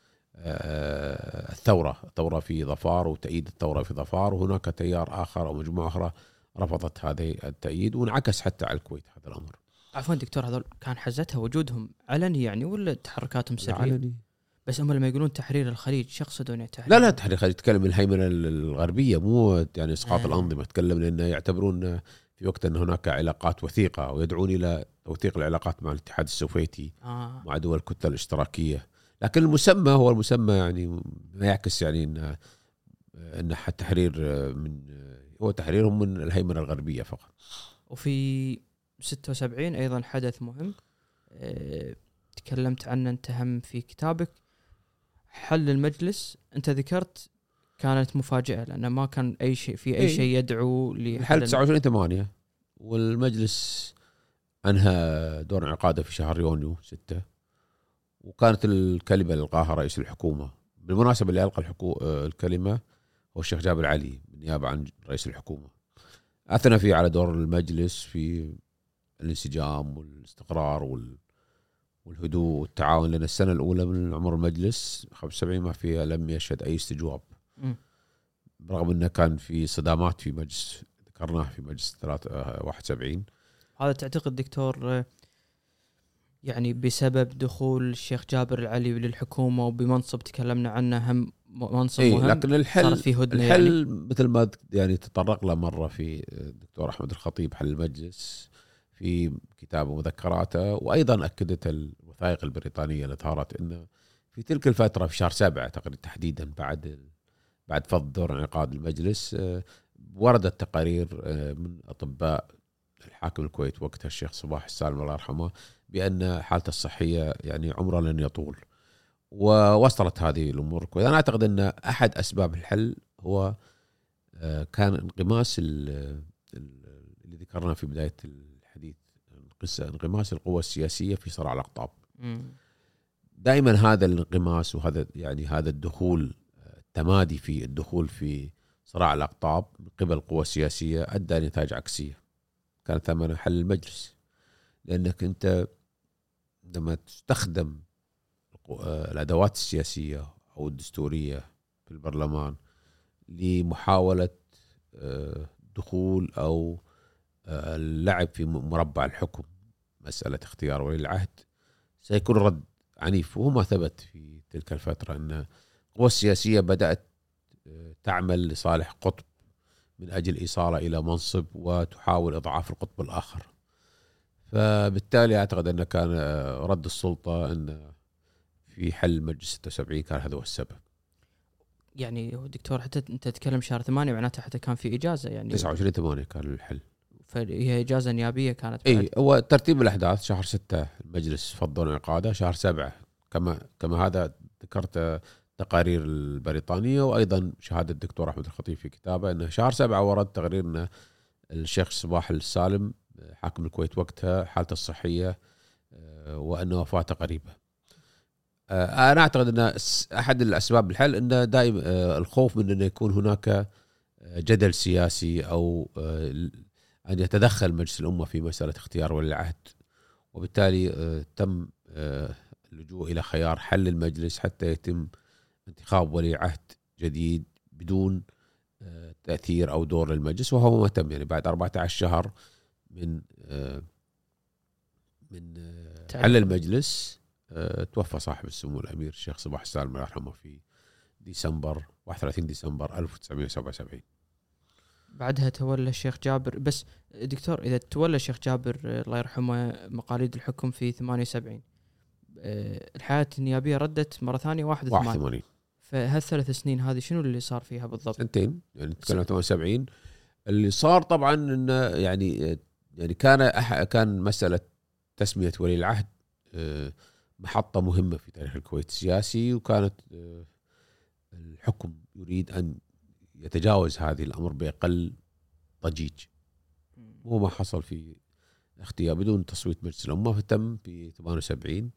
الثورة في ظفار وتأييد الثورة في ظفار، وهناك تيار آخر أو مجموعة أخرى رفضت هذا التأييد، وانعكس حتى على الكويت هذا الأمر. عفوا دكتور، هذول كان حزتها وجودهم علني يعني ولا تحركاتهم سرية؟ علني. بس هم لما يقولون تحرير الخليج شو يقصدون يعني تحرير؟ لا تحرير الخليج، تكلم الهيمنة الغربية، مو يعني إسقاط الأنظمة. تكلم لأنه يعتبرون في وقت أن هناك علاقات وثيقة، ويدعون إلى توثيق العلاقات مع الاتحاد السوفيتي مع دول الكتلة الاشتراكية. لكن المسمى هو المسمى، يعني ما يعكس يعني إن التحرير هو تحريرهم من الهيمنة الغربية فقط. وفي 76 أيضا حدث مهم تكلمت عنه أنت هم في كتابك، حل المجلس. أنت ذكرت كانت مفاجئة لأنه ما كان أي شيء في أي شيء يدعو لحل 29/8، والمجلس أنهى دور انعقاده في شهر يونيو 6، وكانت الكلمة اللي ألقاها رئيس الحكومة. بالمناسبة اللي ألقى الكلمة هو الشيخ جابر العلي بالنيابة عن رئيس الحكومة. أثنى فيه على دور المجلس في الانسجام والاستقرار والهدوء والتعاون، لأن السنة الأولى من عمر المجلس 75 ما فيها لم يشهد أي استجواب، رغم أنه كان في صدامات في مجلس ذكرناه في مجلس 71. هذا تعتقد دكتور يعني بسبب دخول الشيخ جابر العلي للحكومة وبمنصب تكلمنا عنه هم منصب مهم، لكن الحل فيه هدنة الحل مثل ما يعني تطرق له مرة في الدكتور أحمد الخطيب حل المجلس في كتابه ومذكراته، وأيضا أكدت الوثائق البريطانية اللي ظهرت أنه في تلك الفترة في شهر 7 تحديدا بعد فض دور انعقاد المجلس وردت تقارير من أطباء الحاكم الكويت وقتها الشيخ صباح السالم الله يرحمه بأن حالته الصحية يعني عمره لن يطول، ووصلت هذه الأمور الكويت. أنا أعتقد أن أحد أسباب الحل هو كان انغماس اللي ذكرناه في بداية الحديث، انغماس القوى السياسية في صراع الأقطاب. دائما هذا الانغماس وهذا يعني هذا الدخول التمادي في الدخول في صراع الأقطاب من قبل القوى السياسية أدى لنتائج عكسية كانت ثمن حل المجلس، لأنك أنت لما تستخدم الأدوات السياسية أو الدستورية في البرلمان لمحاولة دخول أو اللعب في مربع الحكم، مسألة اختيار ولي العهد، سيكون رد عنيف. وهو ما ثبت في تلك الفترة أن القوى السياسية بدأت تعمل لصالح قطب من أجل إيصاله إلى منصب وتحاول إضعاف القطب الآخر. فبالتالي أعتقد أن كان رد السلطة أن في حل مجلس 76 كان هذا هو السبب. يعني دكتور حتى أنت تتكلم شهر 8 معناته حتى كان في إجازة يعني 29/8 كان الحل، فهي إجازة نيابية كانت بعد. هو ترتيب الأحداث شهر 6 المجلس فضل انعقاده، شهر 7 كما هذا ذكرت تقارير البريطانية وأيضا شهادة الدكتور أحمد الخطيب في كتابه أنه شهر 7 ورد تقرير أن الشيخ صباح السالم حاكم الكويت وقتها حالته الصحية وأن وفاته قريبة. أنا أعتقد أن أحد الأسباب الحل أن دائما الخوف من أن يكون هناك جدل سياسي أو أن يتدخل مجلس الأمة في مسألة اختيار ولي العهد، وبالتالي تم اللجوء إلى خيار حل المجلس حتى يتم انتخاب ولي عهد جديد بدون تأثير أو دور للمجلس، وهو ما تم. يعني بعد 14 شهر من حل المجلس توفى صاحب السمو الأمير الشيخ صباح السالم الله يرحمه في 31 ديسمبر 1977. بعدها تولى الشيخ جابر. بس دكتور إذا تولى الشيخ جابر الله يرحمه مقاليد الحكم في 78، الحياة النيابية ردت مرة ثانية 81. فهالثلاث سنين هذه شنو اللي صار فيها بالضبط؟ سنتين يعني تكلم 78. اللي صار طبعا إنه يعني كان مسألة تسمية ولي العهد محطة مهمة في تاريخ الكويت السياسي، وكانت الحكم يريد أن يتجاوز هذه الأمر بأقل ضجيج، وهو ما حصل في اختيار بدون تصويت مجلس الأمة. فتم في 78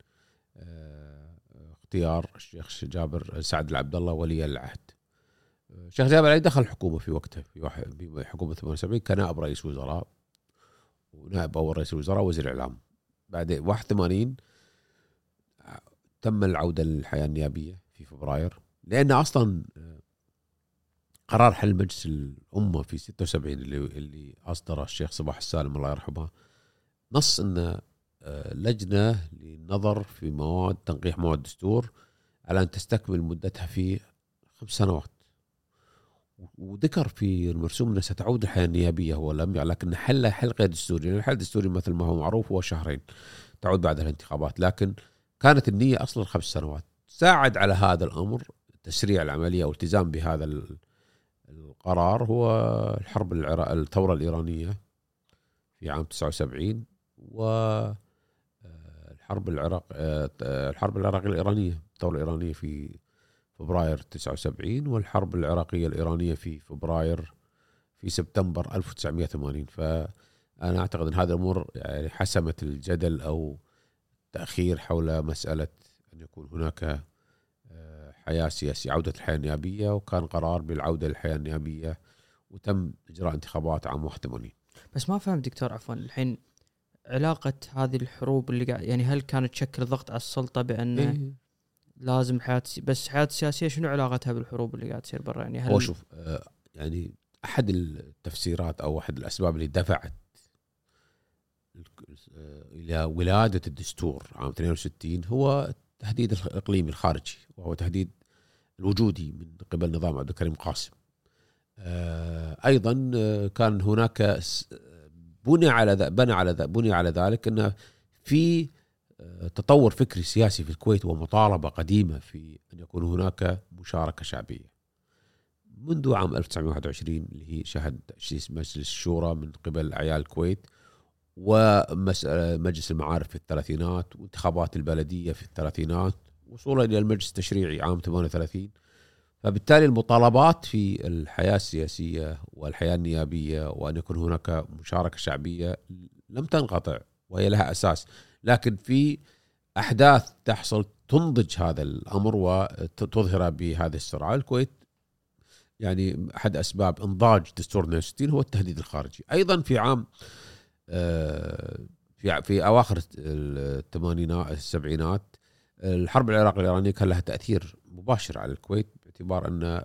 اختيار الشيخ جابر سعد العبد الله ولي العهد. الشيخ جابر العلي دخل الحكومة في وقته في حكومة 78 كنائب رئيس وزراء ونائب أول رئيس الوزراء وزير الإعلام. بعد 81 تم العودة للحياة النيابية في فبراير، لأن أصلا قرار حل مجلس الأمة في 76 اللي أصدره الشيخ صباح السالم الله يرحمه نص أن لجنة للنظر في مواد تنقيح مواد الدستور على أن تستكمل مدتها في 5 سنوات، وذكر في المرسوم أنها ستعود الحياة النيابية. هو لم يعلن لكن حل غير دستوري، يعني الحل الدستوري مثل ما هو معروف هو 2 شهر تعود بعد الانتخابات، لكن كانت النية أصلا 5 سنوات. ساعد على هذا الأمر تسريع العملية والتزام بهذا القرار هو الثورة الإيرانية في عام 79 والحرب العراقية الإيرانية، الثورة الإيرانية في فبراير 79 والحرب العراقية الإيرانية في سبتمبر 1980. فأنا أعتقد أن هذا الأمور يعني حسمت الجدل أو تأخير حول مسألة أن يكون هناك حياة سياسية، عودة الحياة النيابية، وكان قرار بالعودة للحياة النيابية وتم إجراء انتخابات عام 81. بس ما فهم دكتور عفوا الحين علاقة هذه الحروب اللي يعني هل كانت تشكل ضغط على السلطة بأن لازم بس حياة السياسية شنو علاقتها بالحروب اللي قاعد تصير برا؟ يعني هو شوف يعني أحد التفسيرات أو أحد الأسباب اللي دفعت إلى ولادة الدستور عام 62 هو التهديد الإقليمي الخارجي، وهو تهديد الوجودي من قبل نظام عبد الكريم قاسم. أيضا كان هناك بني على ذلك أن في تطور فكري سياسي في الكويت ومطالبة قديمة في أن يكون هناك مشاركة شعبية منذ عام 1921 اللي هي شهد تأسيس مجلس الشورى من قبل أعيان الكويت، ومجلس المعارف في الثلاثينات، وانتخابات البلدية في الثلاثينات، وصولا إلى المجلس التشريعي عام 38. فبالتالي المطالبات في الحياة السياسية والحياة النيابية وأن يكون هناك مشاركة شعبية لم تنقطع، وهي لها أساس، لكن في أحداث تحصل تنضج هذا الأمر وتظهر بهذه السرعة. الكويت يعني أحد أسباب إنضاج دستور 62 هو التهديد الخارجي. أيضا في عام في أواخر السبعينات الحرب العراقية الإيرانية كان لها تأثير مباشر على الكويت، باعتبار أن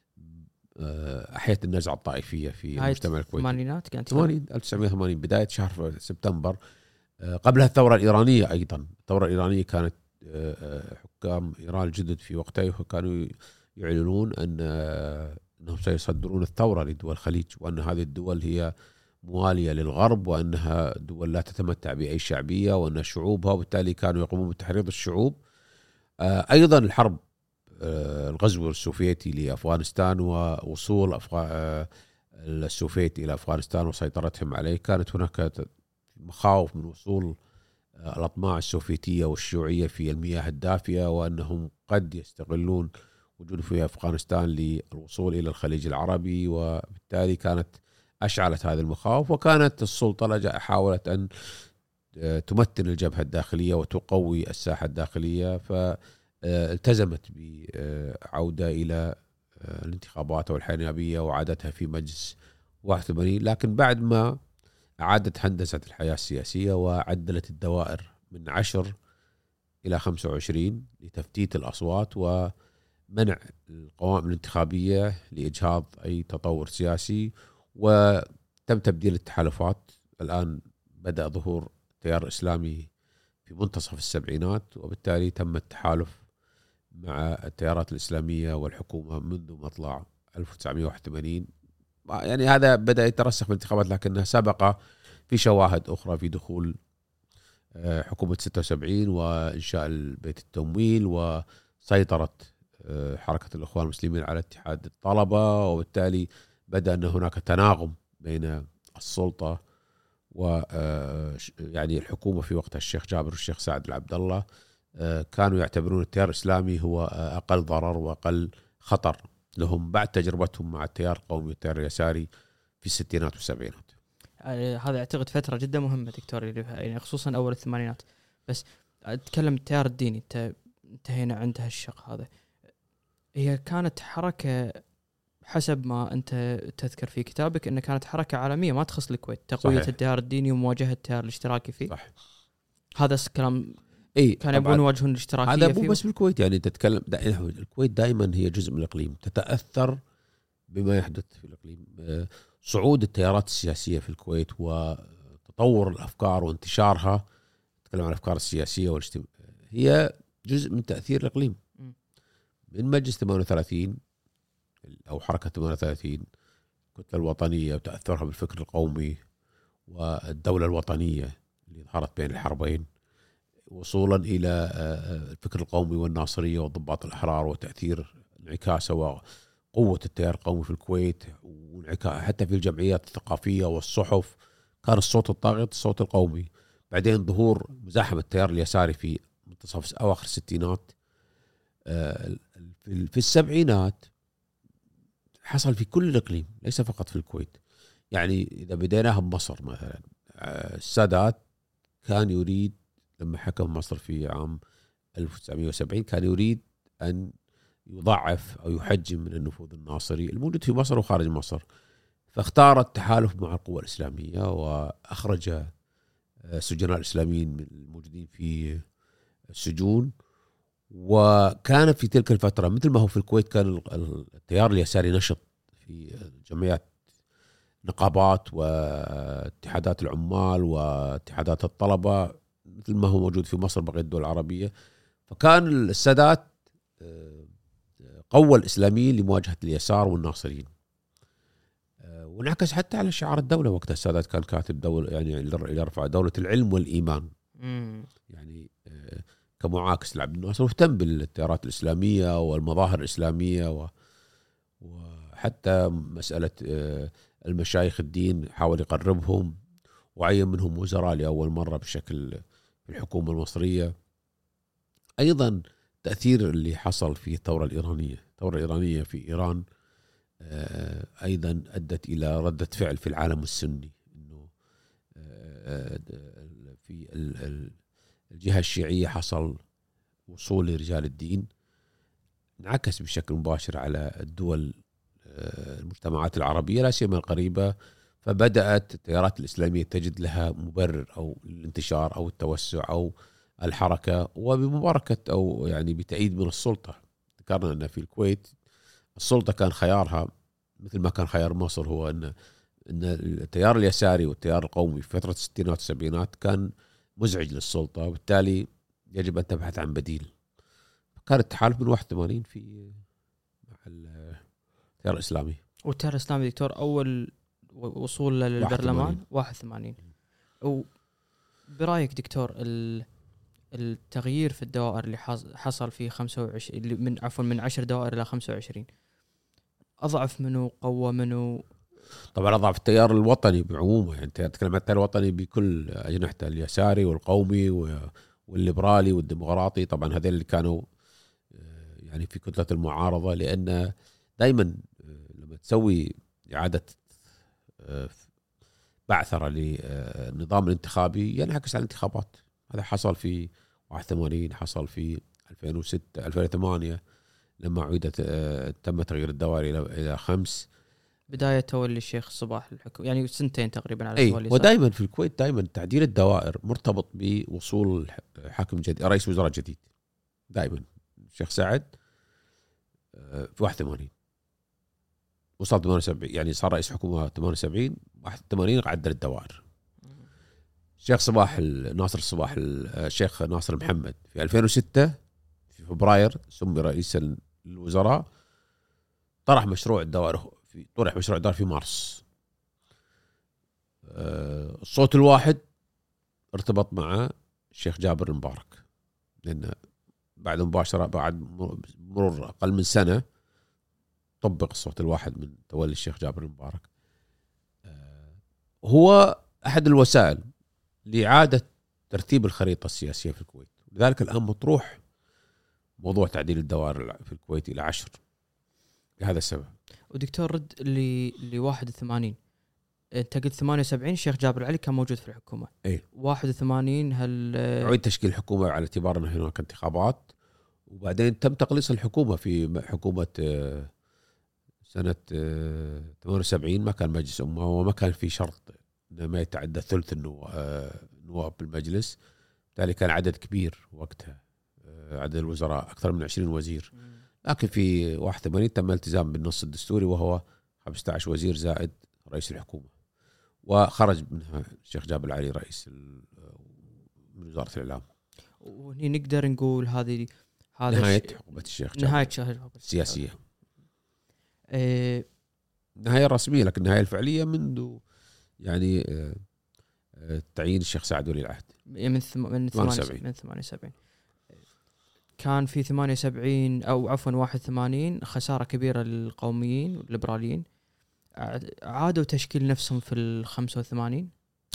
أحيت النزعة الطائفية في المجتمع الكويتي. كانت 1980 بداية شهر سبتمبر. قبلها الثورة الإيرانية. أيضا الثورة الإيرانية كانت حكام إيران الجدد في وقتها كانوا يعلنون أنهم سيصدرون الثورة لدول الخليج، وأن هذه الدول هي موالية للغرب، وأنها دول لا تتمتع بأي شعبية، وأن شعوبها، وبالتالي كانوا يقومون بتحريض الشعوب. أيضا الحرب الغزو السوفيتي لأفغانستان ووصول السوفيت إلى أفغانستان وسيطرتهم عليه، كانت هناك مخاوف من وصول الأطماع السوفيتية والشيوعية في المياه الدافئة، وأنهم قد يستغلون وجود في أفغانستان للوصول إلى الخليج العربي، وبالتالي كانت أشعلت هذه المخاوف. وكانت السلطة حاولت أن تمتن الجبهة الداخلية وتقوي الساحة الداخلية، فالتزمت بعودة إلى الانتخابات والحياة النيابية وعادتها في مجلس 81. لكن بعد ما أعادت هندسة الحياة السياسية وعدلت الدوائر من 10 إلى 25 لتفتيت الأصوات ومنع القوائم الانتخابية لإجهاض أي تطور سياسي، وتم تبديل التحالفات. الآن بدأ ظهور التيار الإسلامي في منتصف السبعينات، وبالتالي تم التحالف مع التيارات الإسلامية والحكومة منذ مطلع 1981. يعني هذا بدأ يترسخ في الانتخابات، لكنها سبق في شواهد أخرى في دخول حكومة 76 وإنشاء البيت التمويل وسيطرة حركة الإخوان المسلمين على اتحاد الطلبة، وبالتالي بدأ أن هناك تناغم بين السلطة ويعني الحكومة في وقتها. الشيخ جابر والشيخ سعد العبد الله كانوا يعتبرون التيار الإسلامي هو أقل ضرر وأقل خطر لهم بعد تجربتهم مع التيار القومي والتيار اليساري في الستينات والسبعينات. هذا أعتقد فترة جدا مهمة دكتور، يعني خصوصا أول الثمانينات. بس أتكلم التيار الديني، انتهينا عند هالشق هذا. هي كانت حركة حسب ما أنت تذكر في كتابك أنها كانت حركة عالمية ما تخص الكويت، تقوية صحيح. التيار الديني ومواجهة التيار الاشتراكي فيه. صح. هذا الكلام كان يبون يواجهون الاشتراكية. هذا مو بس بالكويت، يعني تتكلم الكويت دائما هي جزء من الإقليم، تتأثر بما يحدث في الإقليم. صعود التيارات السياسية في الكويت وتطور الأفكار وانتشارها، تتكلم عن الأفكار السياسية هي جزء من تأثير الإقليم. من مجلس 38 أو حركة 38 الكتلة الوطنية وتأثرها بالفكر القومي والدولة الوطنية اللي ظهرت بين الحربين، وصولا إلى الفكر القومي والناصرية والضباط الأحرار وتأثير انعكاسه وقوة التيار القومي في الكويت، وانعكاسه حتى في الجمعيات الثقافية والصحف. كان الصوت الطاغي الصوت القومي. بعدين ظهور مزاحمة التيار اليساري في منتصف أواخر الستينات. في السبعينات حصل في كل الإقليم ليس فقط في الكويت. يعني إذا بديناها بمصر مثلا، السادات كان يريد لما حكم مصر في عام 1970 كان يريد أن يضعف أو يحجم من النفوذ الناصري الموجود في مصر وخارج مصر، فاختار التحالف مع القوى الإسلامية وأخرج السجناء الإسلاميين الموجودين في السجون. وكان في تلك الفترة مثل ما هو في الكويت كان التيار اليساري نشط في جمعيات نقابات واتحادات العمال واتحادات الطلبة مثل ما هو موجود في مصر بقية الدول العربية. فكان السادات قوى الإسلاميين لمواجهة اليسار والناصريين. وانعكس حتى على شعار الدولة وقتها. السادات كان كاتب دولة يعني يرفع دولة العلم والإيمان. يعني كمعاكس لعبد الناصر، واهتم بالتيارات الإسلامية والمظاهر الإسلامية وحتى مسألة المشايخ الدين حاول يقربهم، وعين منهم وزراء لأول مرة بشكل في الحكومة المصرية. أيضا تأثير اللي حصل في الثورة الإيرانية في إيران أيضا أدت إلى ردة فعل في العالم السني، إنه في الجهة الشيعية حصل وصول لرجال الدين، انعكس بشكل مباشر على الدول المجتمعات العربية لا سيما القريبة. فبدأت التيارات الإسلامية تجد لها مبرر أو الانتشار أو التوسع أو الحركة، وبمباركة أو يعني بتأييد من السلطة. ذكرنا أن في الكويت السلطة كان خيارها مثل ما كان خيار مصر، هو أن التيار اليساري والتيار القومي في فترة الستينات والسبعينات كان مزعج للسلطة، وبالتالي يجب أن تبحث عن بديل. كان التحالف من 81 في مع التيار الإسلامي. والتيار الإسلامي دكتور أول وصول للبرلمان 81. وبرأيك دكتور التغيير في الدوائر اللي حصل في 25 من 10 دوائر إلى 25، أضعف منه قوة منه؟ طبعا أضعف التيار الوطني بعمومه، يعني تتكلم عن التيار الوطني بكل أجنحته، اليساري والقومي والليبرالي والديمقراطي. طبعا هذين اللي كانوا يعني في كتلة المعارضة، لأن دايما لما تسوي إعادة بعثرة للنظام الانتخابي ينعكس على الانتخابات. هذا حصل في 81، حصل في 2006 2008 لما عيدت تم تغيير الدوائر إلى 5. بداية تولي الشيخ الصباح الحكم، يعني سنتين تقريبا على تولي. ودائما في الكويت دائما تعديل الدوائر مرتبط بوصول حاكم جديد، رئيس وزراء جديد. دائما الشيخ سعد في 81 وصل 78، يعني صار رئيس حكومة 78 81 عدل الدوائر. الشيخ صباح ناصر الصباح الشيخ ناصر محمد في 2006 في فبراير سمي رئيس الوزراء، طرح مشروع الدوائر في مارس. الصوت الواحد ارتبط مع الشيخ جابر المبارك، لأن بعد مرور أقل من سنة طبق الصوت الواحد من تولي الشيخ جابر المبارك. هو أحد الوسائل لإعادة ترتيب الخريطة السياسية في الكويت. لذلك الآن مطروح موضوع تعديل الدوائر في الكويت إلى 10 لهذا السبب. ودكتور رد اللي 81 انت قلت 78 الشيخ جابر العلي كان موجود في الحكومة. 81 هل عيد تشكيل الحكومة على اعتبار أنه هناك انتخابات، وبعدين تم تقليص الحكومة في حكومة سنة 78. ما كان مجلس أمة وما كان في شرط أنه ما يتعدى ثلث النواب بالمجلس، بالتالي كان عدد كبير وقتها، عدد الوزراء أكثر من 20 وزير. لكن في 81 تم الالتزام بالنص الدستوري وهو 15 وزير زائد رئيس الحكومة، وخرج منها الشيخ جابر العلي رئيس من وزارة الإعلام. وهني نقدر نقول هذا نهاية حكومة الشيخ جابر، نهاية شهر السياسية، النهاية الرسمية، لكن النهاية الفعلية منذ يعني تعيين الشيخ سعد ولي العهد من 78. كان في 78 أو عفوا 81 خسارة كبيرة للقوميين والليبراليين، عادوا تشكيل نفسهم في 85.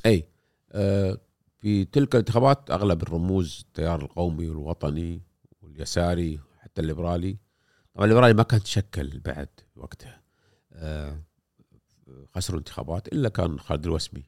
في تلك الانتخابات أغلب الرموز التيار القومي والوطني واليساري حتى الليبرالي. طبعا الليبرالي ما كان تشكل بعد وقتها، خسروا انتخابات إلا كان خالد الوسمي،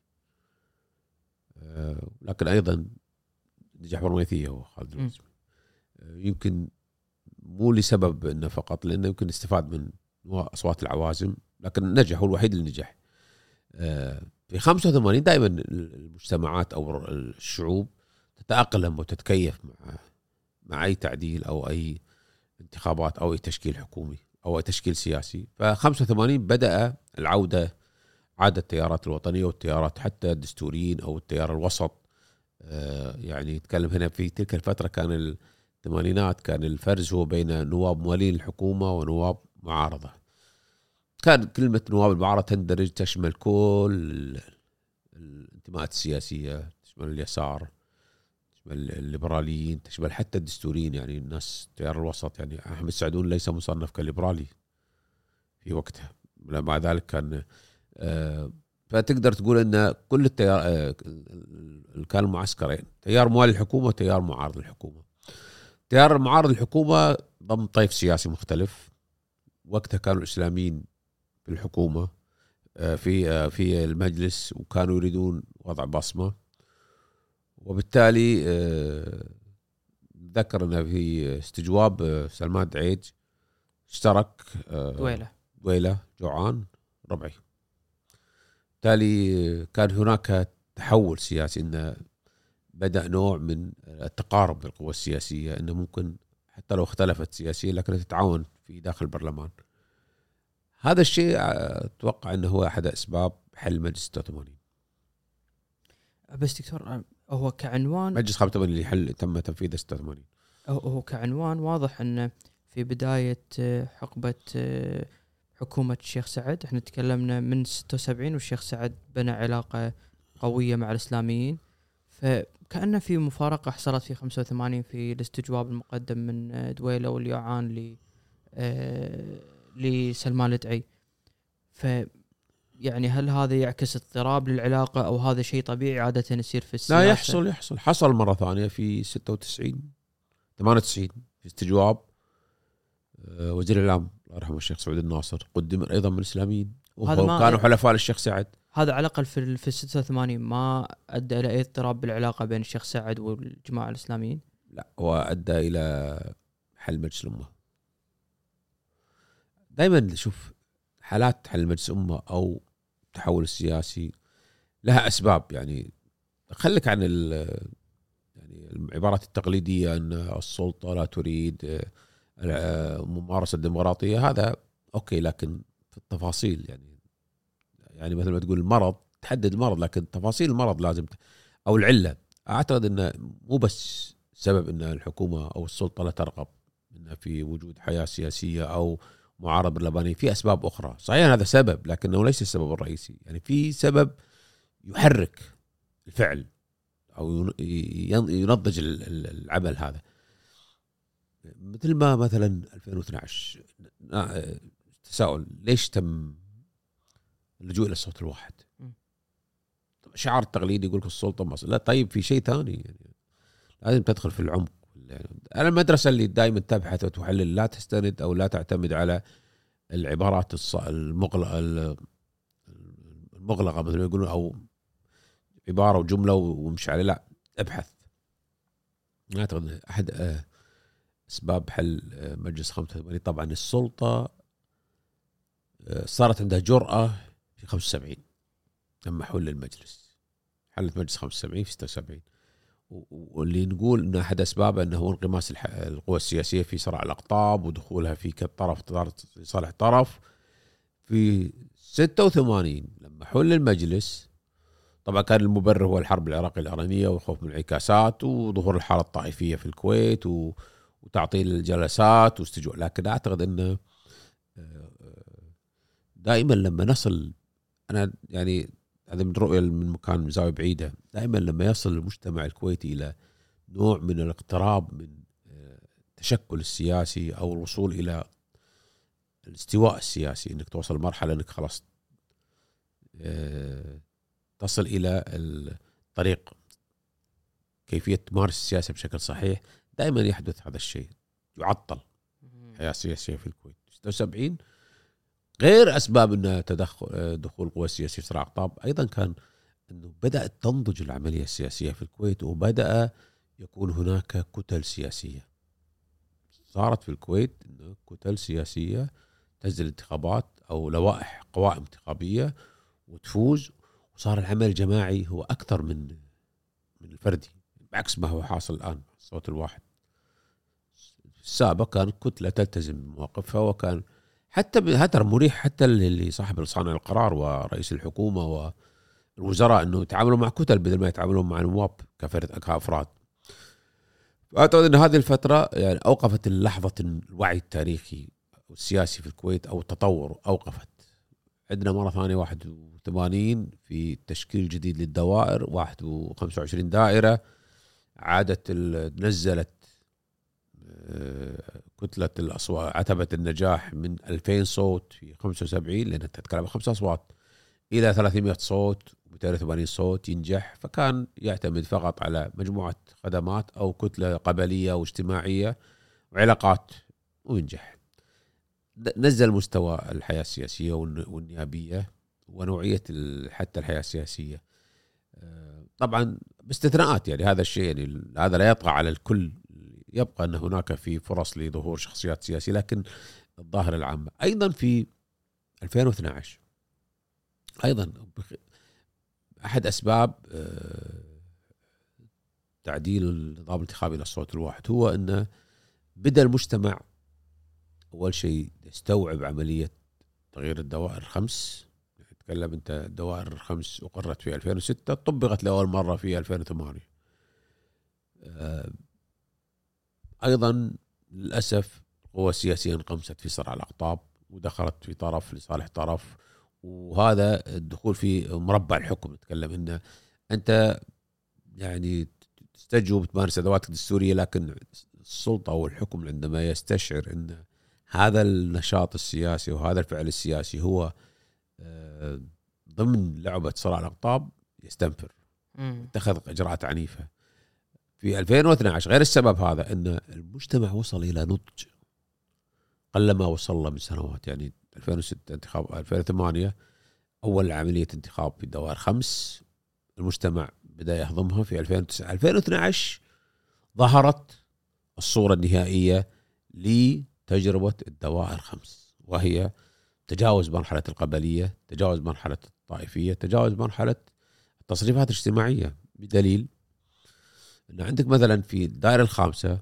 لكن أيضا نجح برميثية هو خالد الوسمي. يمكن مو لسبب إنه فقط لأنه يمكن استفاد من أصوات العوازم، لكن نجح، هو الوحيد اللي نجح. في 85 دائما المجتمعات أو الشعوب تتأقلم وتتكيف مع أي تعديل أو أي انتخابات أو أي تشكيل حكومي أو أي تشكيل سياسي. ف85 بدأ العودة، عادة التيارات الوطنية والتيارات حتى الدستوريين أو التيار الوسط. يعني يتكلم هنا في تلك الفترة كان الثمانينات كان الفرز هو بين نواب موالين الحكومة ونواب معارضة. كان كلمة نواب المعارضة تندرج تشمل كل الانتماءات السياسية، تشمل اليسار، تشمل الليبراليين، تشمل حتى الدستوريين، يعني الناس تيار الوسط. يعني أحمد سعدون ليس مصنف كليبرالي في وقتها، مع ذلك كان فتقدر تقول ان كل التيار كان معسكرين، تيار موالي الحكومه وتيار معارض الحكومه. تيار معارض الحكومه ضمن طيف سياسي مختلف. وقتها كانوا الاسلاميين في الحكومه في المجلس، وكانوا يريدون وضع بصمه، وبالتالي ذكرنا في استجواب سلمان دعيج اشترك دويلة جوعان ربعي. بالتالي كان هناك تحول سياسي، إنه بدأ نوع من التقارب بالقوى السياسية، إنه ممكن حتى لو اختلفت سياسيا لكن تتعاون في داخل البرلمان. هذا الشيء أتوقع أنه هو أحد أسباب حل مجلس 86. بس دكتور، هو كعنوان مجلس 85 اللي حل تم تنفيذه 86، هو كعنوان واضح أنه في بداية حقبة حكومة الشيخ سعد. احنا تكلمنا من 76 والشيخ سعد بنى علاقة قوية مع الإسلاميين، فكأنه في مفارقة حصلت في 85 في الاستجواب المقدم من دويلة واليوعان لسلمان الدعي. يعني هل هذا يعكس اضطراب للعلاقة أو هذا شيء طبيعي عادة يصير في السياسة؟ لا، حصل مرة ثانية في 98 في استجواب وزير الإعلام الله يرحمه الشيخ سعود الناصر، قدم أيضا من الإسلاميين وكانوا حلفاء للشيخ سعد. هذا على الأقل في 86 ما أدى إلى أي اضطراب بالعلاقة بين الشيخ سعد والجماعة الإسلاميين؟ لا، هو أدى إلى حل مجلس الأمة. دائما شوف حالات حل مجلس الأمة أو التحول السياسي لها أسباب. يعني خليك عن يعني العبارات التقليدية أن السلطة لا تريد ممارسة الديمقراطية، هذا أوكي، لكن في التفاصيل يعني مثل ما تقول المرض تحدد المرض، لكن تفاصيل المرض لازم أو العلة. أعتقد أنه مو بس سبب أن الحكومة أو السلطة لا ترغب أن في وجود حياة سياسية أو معارضة برلمانية، في أسباب أخرى. صحيح هذا سبب لكنه ليس السبب الرئيسي. يعني في سبب يحرك الفعل أو ينضج العمل هذا، مثل ما مثلا 2012 تساؤل ليش تم اللجوء إلى الصوت الواحد. شعار التقليدي يقولك السلطة مصر، لا طيب في شيء ثاني، يعني لازم تدخل في العمق. أنا المدرسة اللي دائما تبحث وتحلل، لا تستند أو لا تعتمد على العبارات المغلقة مثل ما يقولون، أو عبارة وجملة ومشي عليه، لا ابحث. أعتقد أحد أسباب حل مجلس 85 طبعا السلطة صارت عندها جرأة في 75 لما حل المجلس، حلت مجلس 75 في 76، واللي نقول أن أحد أسبابه أنه هو انغماس القوى السياسية في صراع الأقطاب ودخولها في كطرف صالح طرف. في 86 لما حل المجلس طبعا كان المبرر هو الحرب العراقية الإيرانية والخوف من الانعكاسات وظهور الحالة الطائفية في الكويت وتعطيل الجلسات واستجواب. لكن أعتقد أنه دائما لما نصل، أنا يعني هذا من رؤية من مكان من زاوية بعيدة، دائما لما يصل المجتمع الكويتي إلى نوع من الاقتراب من التشكل السياسي أو الوصول إلى الاستواء السياسي، إنك توصل مرحلة إنك خلاص تصل إلى الطريق كيفية تمارس السياسة بشكل صحيح، دائما يحدث هذا الشيء، يعطل الحياة السياسية في الكويت. 76 غير أسباب أن دخول القوى السياسية في صراع أقطاب، أيضا كان أنه بدأت تنضج العملية السياسية في الكويت، وبدأ يكون هناك كتل سياسية. صارت في الكويت أنه كتل سياسية تنزل انتخابات أو لوائح قوائم انتخابية وتفوز، وصار العمل الجماعي هو أكثر من الفردي، بعكس ما هو حاصل الآن الصوت الواحد. السابق كان كتلة تلتزم بمواقفها، وكان حتى هتر مريح حتى اللي صاحب صانع القرار ورئيس الحكومة والوزراء أنه يتعاملوا مع كتل بدل ما يتعاملوا مع نواب كأفراد. أعتقد أن هذه الفترة يعني أوقفت لحظة الوعي التاريخي والسياسي في الكويت أو التطور. أوقفت عندنا مرة ثانية 81 في تشكيل جديد للدوائر، 25 دائرة عادت نزلت كتلة الأصوات عتبة النجاح من 2000 صوت في 75 لأنها تتكلم 5 أصوات إلى 300 صوت 280 صوت ينجح. فكان يعتمد فقط على مجموعة خدمات أو كتلة قبلية واجتماعية وعلاقات وينجح. نزل مستوى الحياة السياسية والنيابية ونوعية حتى الحياة السياسية، طبعا باستثناءات. يعني هذا الشيء يعني هذا لا يطغى على الكل، يبقى أن هناك في فرص لظهور شخصيات سياسية، لكن الظاهرة العامة أيضا في 2012 أيضا أحد أسباب تعديل النظام الانتخابي إلى الصوت الواحد هو أن بدأ المجتمع أول شيء يستوعب عملية تغيير الدوائر 5. تكلم أنت الدوائر 5 أقرت في 2006، طبقت لأول مرة في 2008. أيضا للأسف قوى السياسية انقمست في صراع الأقطاب ودخلت في طرف لصالح طرف، وهذا الدخول في مربع الحكم. نتكلم إن أنت يعني تستجوب تمارس أدواتك الدستورية، لكن السلطة والحكم عندما يستشعر أن هذا النشاط السياسي وهذا الفعل السياسي هو ضمن لعبة صراع الأقطاب يستنفر، اتخذ إجراءات عنيفة. في 2012 غير السبب هذا أن المجتمع وصل إلى نضج قلما وصل له من سنوات. يعني 2006 انتخاب، 2008 أول عملية انتخاب في الدوائر 5 المجتمع بدأ يهضمها. في 2009 2012 ظهرت الصورة النهائية لتجربة الدوائر 5، وهي تجاوز مرحلة القبلية، تجاوز مرحلة الطائفية، تجاوز مرحلة التصريفات الاجتماعية. بدليل أن عندك مثلا في الدائرة 5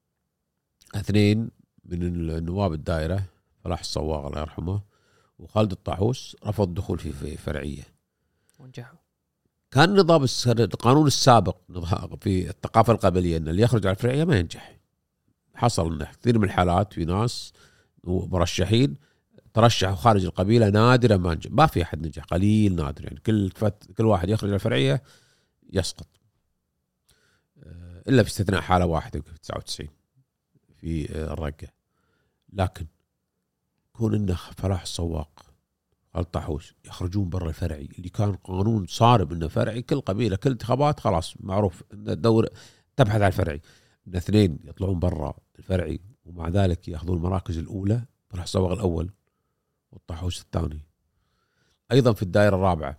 2 من النواب الدائرة، فلاح الصواغ الله يرحمه وخالد الطاحوس، رفض الدخول في فرعية ونجحوا. كان نظام القانون السابق في الثقافة القبلية أن اللي يخرج على الفرعية ما ينجح. حصل أن كثير من الحالات في ناس مرشحين ترشحوا خارج القبيلة نادرا ما نجح، ما في أحد نجح، قليل نادر. يعني كل واحد يخرج على الفرعية يسقط، إلا في استثناء حالة واحدة في 99 في الرقة. لكن كون إنه فلاح الصواق الطاحوس يخرجون برا الفرعي اللي كان قانون صارم إنه فرعي، كل قبيلة كل انتخابات خلاص معروف إن الدور تبحث عن الفرعي، إن 2 يطلعون برا الفرعي ومع ذلك يأخذون المراكز الأولى، فلاح الصواق الأول والطاحوس الثاني. أيضا في الدائرة 4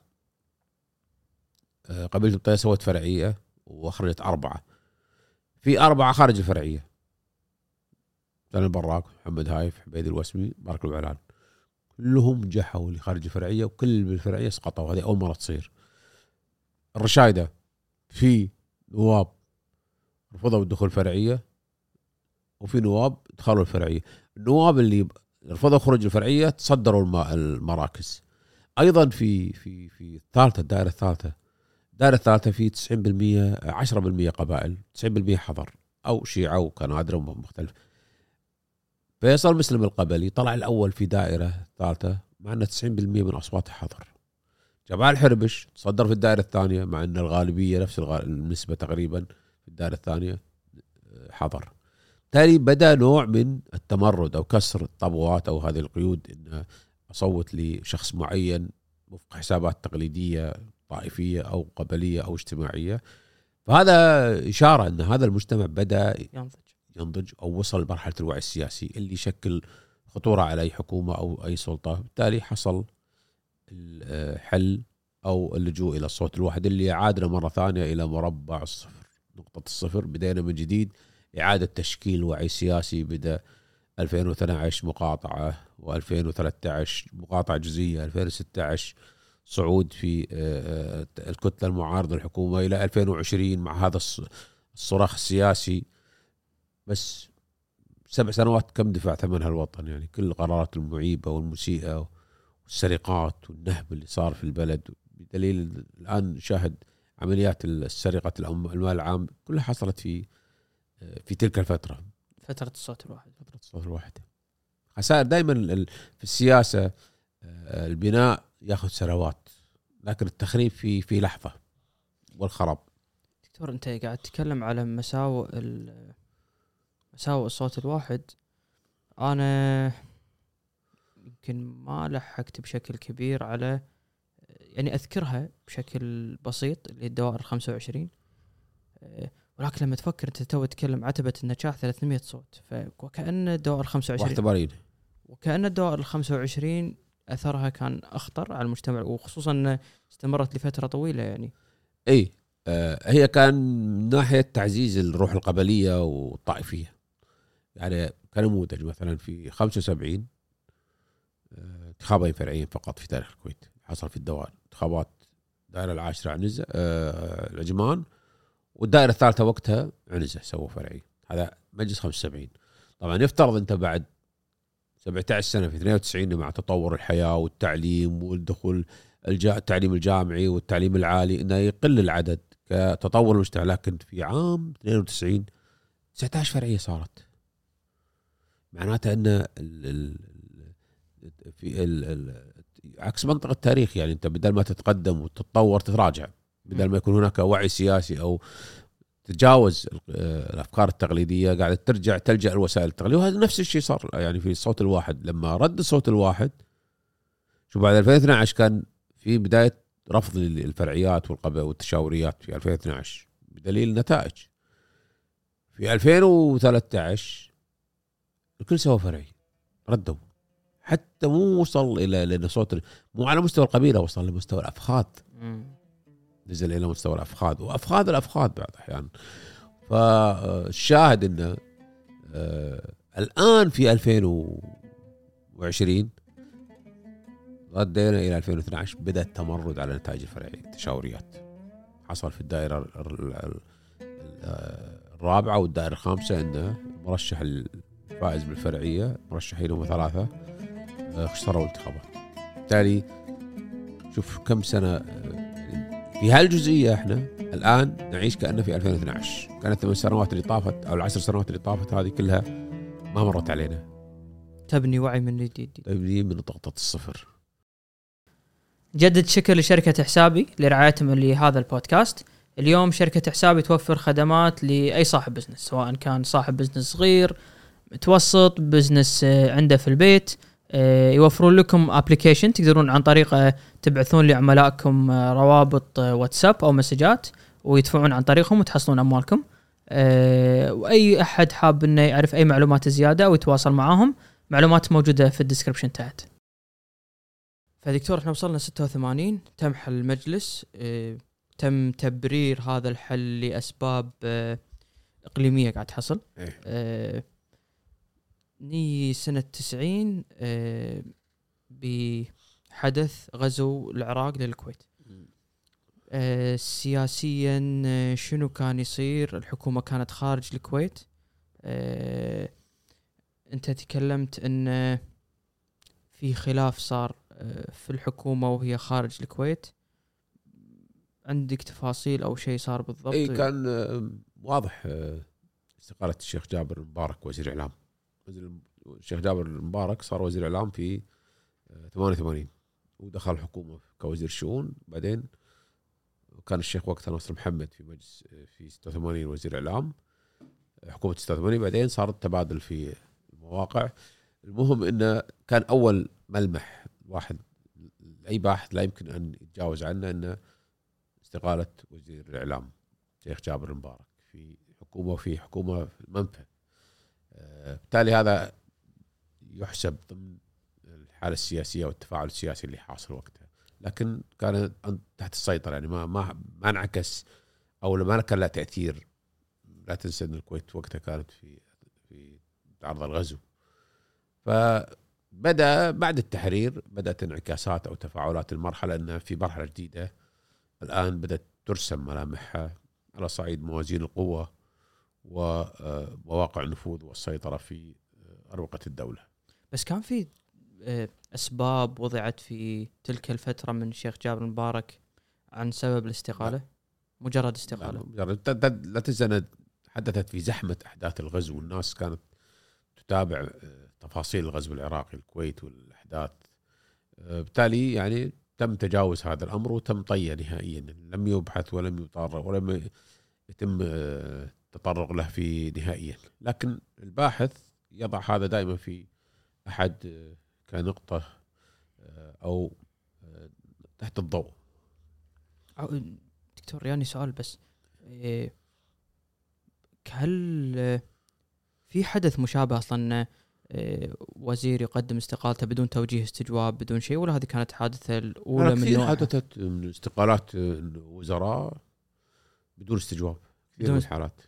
قبيلة الطية سوت فرعية وأخرجت 4، في 4 خارج الفرعية، كان البراك، محمد هايف، حبيد الوسمي، بارك الوعلان، كلهم نجحوا اللي خارج الفرعية وكل بالفرعية سقطوا. هذه أول مرة تصير. الرشايدة في نواب رفضوا الدخول الفرعية وفي نواب دخلوا الفرعية. النواب اللي رفضوا خروج الفرعية تصدروا المراكز. أيضا في الثالثة، الدائرة الثالثة في 90% 10% قبائل، 90% حضر أو شيعة وكنادر مختلف. فيصل مسلم القبلي طلع الأول في دائرة ثالثة مع أن 90% من أصواته حضر. جمال الحربش تصدر في الدائرة الثانية مع أن الغالبية نفس النسبة تقريبا في الدائرة الثانية حضر. تالي بدأ نوع من التمرد أو كسر الطبوات أو هذه القيود، إن أصوت لشخص معين وفق حسابات تقليدية طائفية أو قبلية أو اجتماعية. فهذا إشارة أن هذا المجتمع بدأ ينضج أو وصل لمرحلة الوعي السياسي اللي يشكل خطورة على أي حكومة أو أي سلطة. بالتالي حصل الحل أو اللجوء إلى الصوت الواحد اللي عادنا مرة ثانية إلى مربع الصفر، نقطة الصفر. بدينا من جديد إعادة تشكيل وعي سياسي. بدأ 2012 مقاطعة، و2013 مقاطعة جزئية، 2016 صعود في الكتلة المعارضة للحكومة، إلى 2020 مع هذا الصراخ السياسي. بس 7 سنوات كم دفع ثمنها الوطن؟ يعني كل القرارات المعيبة والمسيئة والسرقات والنهب اللي صار في البلد، بدليل الآن نشاهد عمليات السرقة الأموال العام كلها حصلت في في تلك الفترة، فترة الصوت الواحد. خسائر دائما في السياسة. البناء ياخذ سنوات، لكن التخريب في لحظة والخراب. دكتور أنت قاعد تتكلم على مساوئ الصوت الواحد. أنا يمكن ما لحقت بشكل كبير على، يعني أذكرها بشكل بسيط اللي الدوائر 25، ولكن لما تفكر أنت تو تتكلم عتبة النجاح 300 صوت، وكأن الدوائر 25 وكأن الدوائر 25 أثرها كان أخطر على المجتمع، وخصوصا أن استمرت لفترة طويلة يعني. أي هي كان من ناحية تعزيز الروح القبلية والطائفية. يعني كنموذج مثلا في 75 انتخابين فرعيين فقط في تاريخ الكويت حصل في الدوائر، انتخابات الدائرة العاشرة عنزة العجمان، والدائرة الثالثة وقتها عنزة سووا فرعي. هذا مجلس 75. طبعا يفترض أنت بعد 17 سنة في 92 مع تطور الحياة والتعليم والدخول التعليم الجامعي والتعليم العالي إنه يقل العدد كتطور المجتمع، لكن في عام 92 19 فرعية صارت. معناته أن عكس منطق التاريخ، يعني أنت بدل ما تتقدم وتتطور تتراجع، بدل ما يكون هناك وعي سياسي أو تجاوز الأفكار التقليدية قاعدة تلجأ الوسائل التقليدية. وهذا نفس الشيء صار يعني في الصوت الواحد. لما رد الصوت الواحد شو بعد 2012 كان في بداية رفض الفرعيات والتشاوريات في 2012 بدليل النتائج. في 2013 الكل سوى فرعي، ردوا حتى مو وصل إلى لأن صوت مو على مستوى القبيلة، وصل لمستوى الأفخاذ، نزل إلى مستوى الأفخاذ وأفخاذ بعض الأحيان. فالشاهد إنه الآن في 2020 ردينا إلى 2012 بدأ التمرد على نتائج الفرعية. التشاوريات حصل في الدائرة الرابعة والدائرة الخامسة إنه مرشح الفائز بالفرعية مرشحين هم 3 خسروا الانتخابات. بالتالي شوف كم سنة في هالجزئية. احنا الآن نعيش كأنه في 2012. كانت 8 سنوات اللي طافت أو 10 سنوات اللي طافت هذه كلها ما مرت علينا. تبني وعي من جديد، تبني من نقطة الصفر. جدد شكر لشركة حسابي لرعايتهم لهذا البودكاست. اليوم شركة حسابي توفر خدمات لأي صاحب بزنس، سواء كان صاحب بزنس صغير متوسط بزنس عنده في البيت. يوفرون لكم ابليكيشن تقدرون عن طريقه تبعثون لعملائكم روابط واتساب او مسجات ويدفعون عن طريقهم وتحصلون اموالكم. واي احد حاب انه يعرف اي معلومات زياده او يتواصل معاهم، معلومات موجوده في الديسكربشن تحت. فدكتور احنا وصلنا 86 تم حل المجلس، تم تبرير هذا الحل لاسباب اقليميه قاعد تحصل. ني سنة 90 بحدث غزو العراق للكويت. سياسيا شنو كان يصير؟ الحكومة كانت خارج الكويت. انت تكلمت ان في خلاف صار في الحكومة وهي خارج الكويت. عندك تفاصيل او شيء صار بالضبط؟ اي كان واضح. استقالة الشيخ جابر المبارك وزير اعلام. الشيخ جابر المبارك صار وزير اعلام في 88 ودخل الحكومة كوزير شؤون. بعدين كان الشيخ وقتها ناصر محمد في مجلس في 86 وزير اعلام حكومة 86. بعدين صار التبادل في المواقع. المهم انه كان اول ملمح واحد اي باحث لا يمكن ان يتجاوز عنه انه استقالة وزير الاعلام الشيخ جابر المبارك في حكومة منفى. بالتالي هذا يحسب ضمن الحالة السياسية والتفاعل السياسي اللي حاصل وقتها، لكن كان تحت السيطرة. يعني ما انعكس أو ما كان له تأثير. لا تنسى أن الكويت وقتها كانت في عرض الغزو. فبدأ بعد التحرير بدأت انعكاسات أو تفاعلات المرحلة أنها في مرحلة جديدة الآن بدأت ترسم ملامحها على صعيد موازين القوة ومواقع النفوذ والسيطرة في أروقة الدولة. بس كان في أسباب وضعت في تلك الفترة من الشيخ جابر المبارك عن سبب الاستقالة؟ مجرد استقالة. لا تنسى حدثت في زحمة أحداث الغزو، والناس كانت تتابع تفاصيل الغزو العراقي الكويت والأحداث. بالتالي يعني تم تجاوز هذا الأمر وتم طيه نهائيا، لم يبحث ولم يطرق ولم يتم التطرق له في نهائيا. لكن الباحث يضع هذا دائما في أحد كنقطة أو تحت الضوء. دكتور يعني سؤال بس، هل في حدث مشابه أصلا وزير يقدم استقالته بدون توجيه استجواب بدون شيء، ولا هذه كانت حادثة الأولى من نوعها؟ حدثت من استقالات وزراء بدون استجواب، بدون الحالات.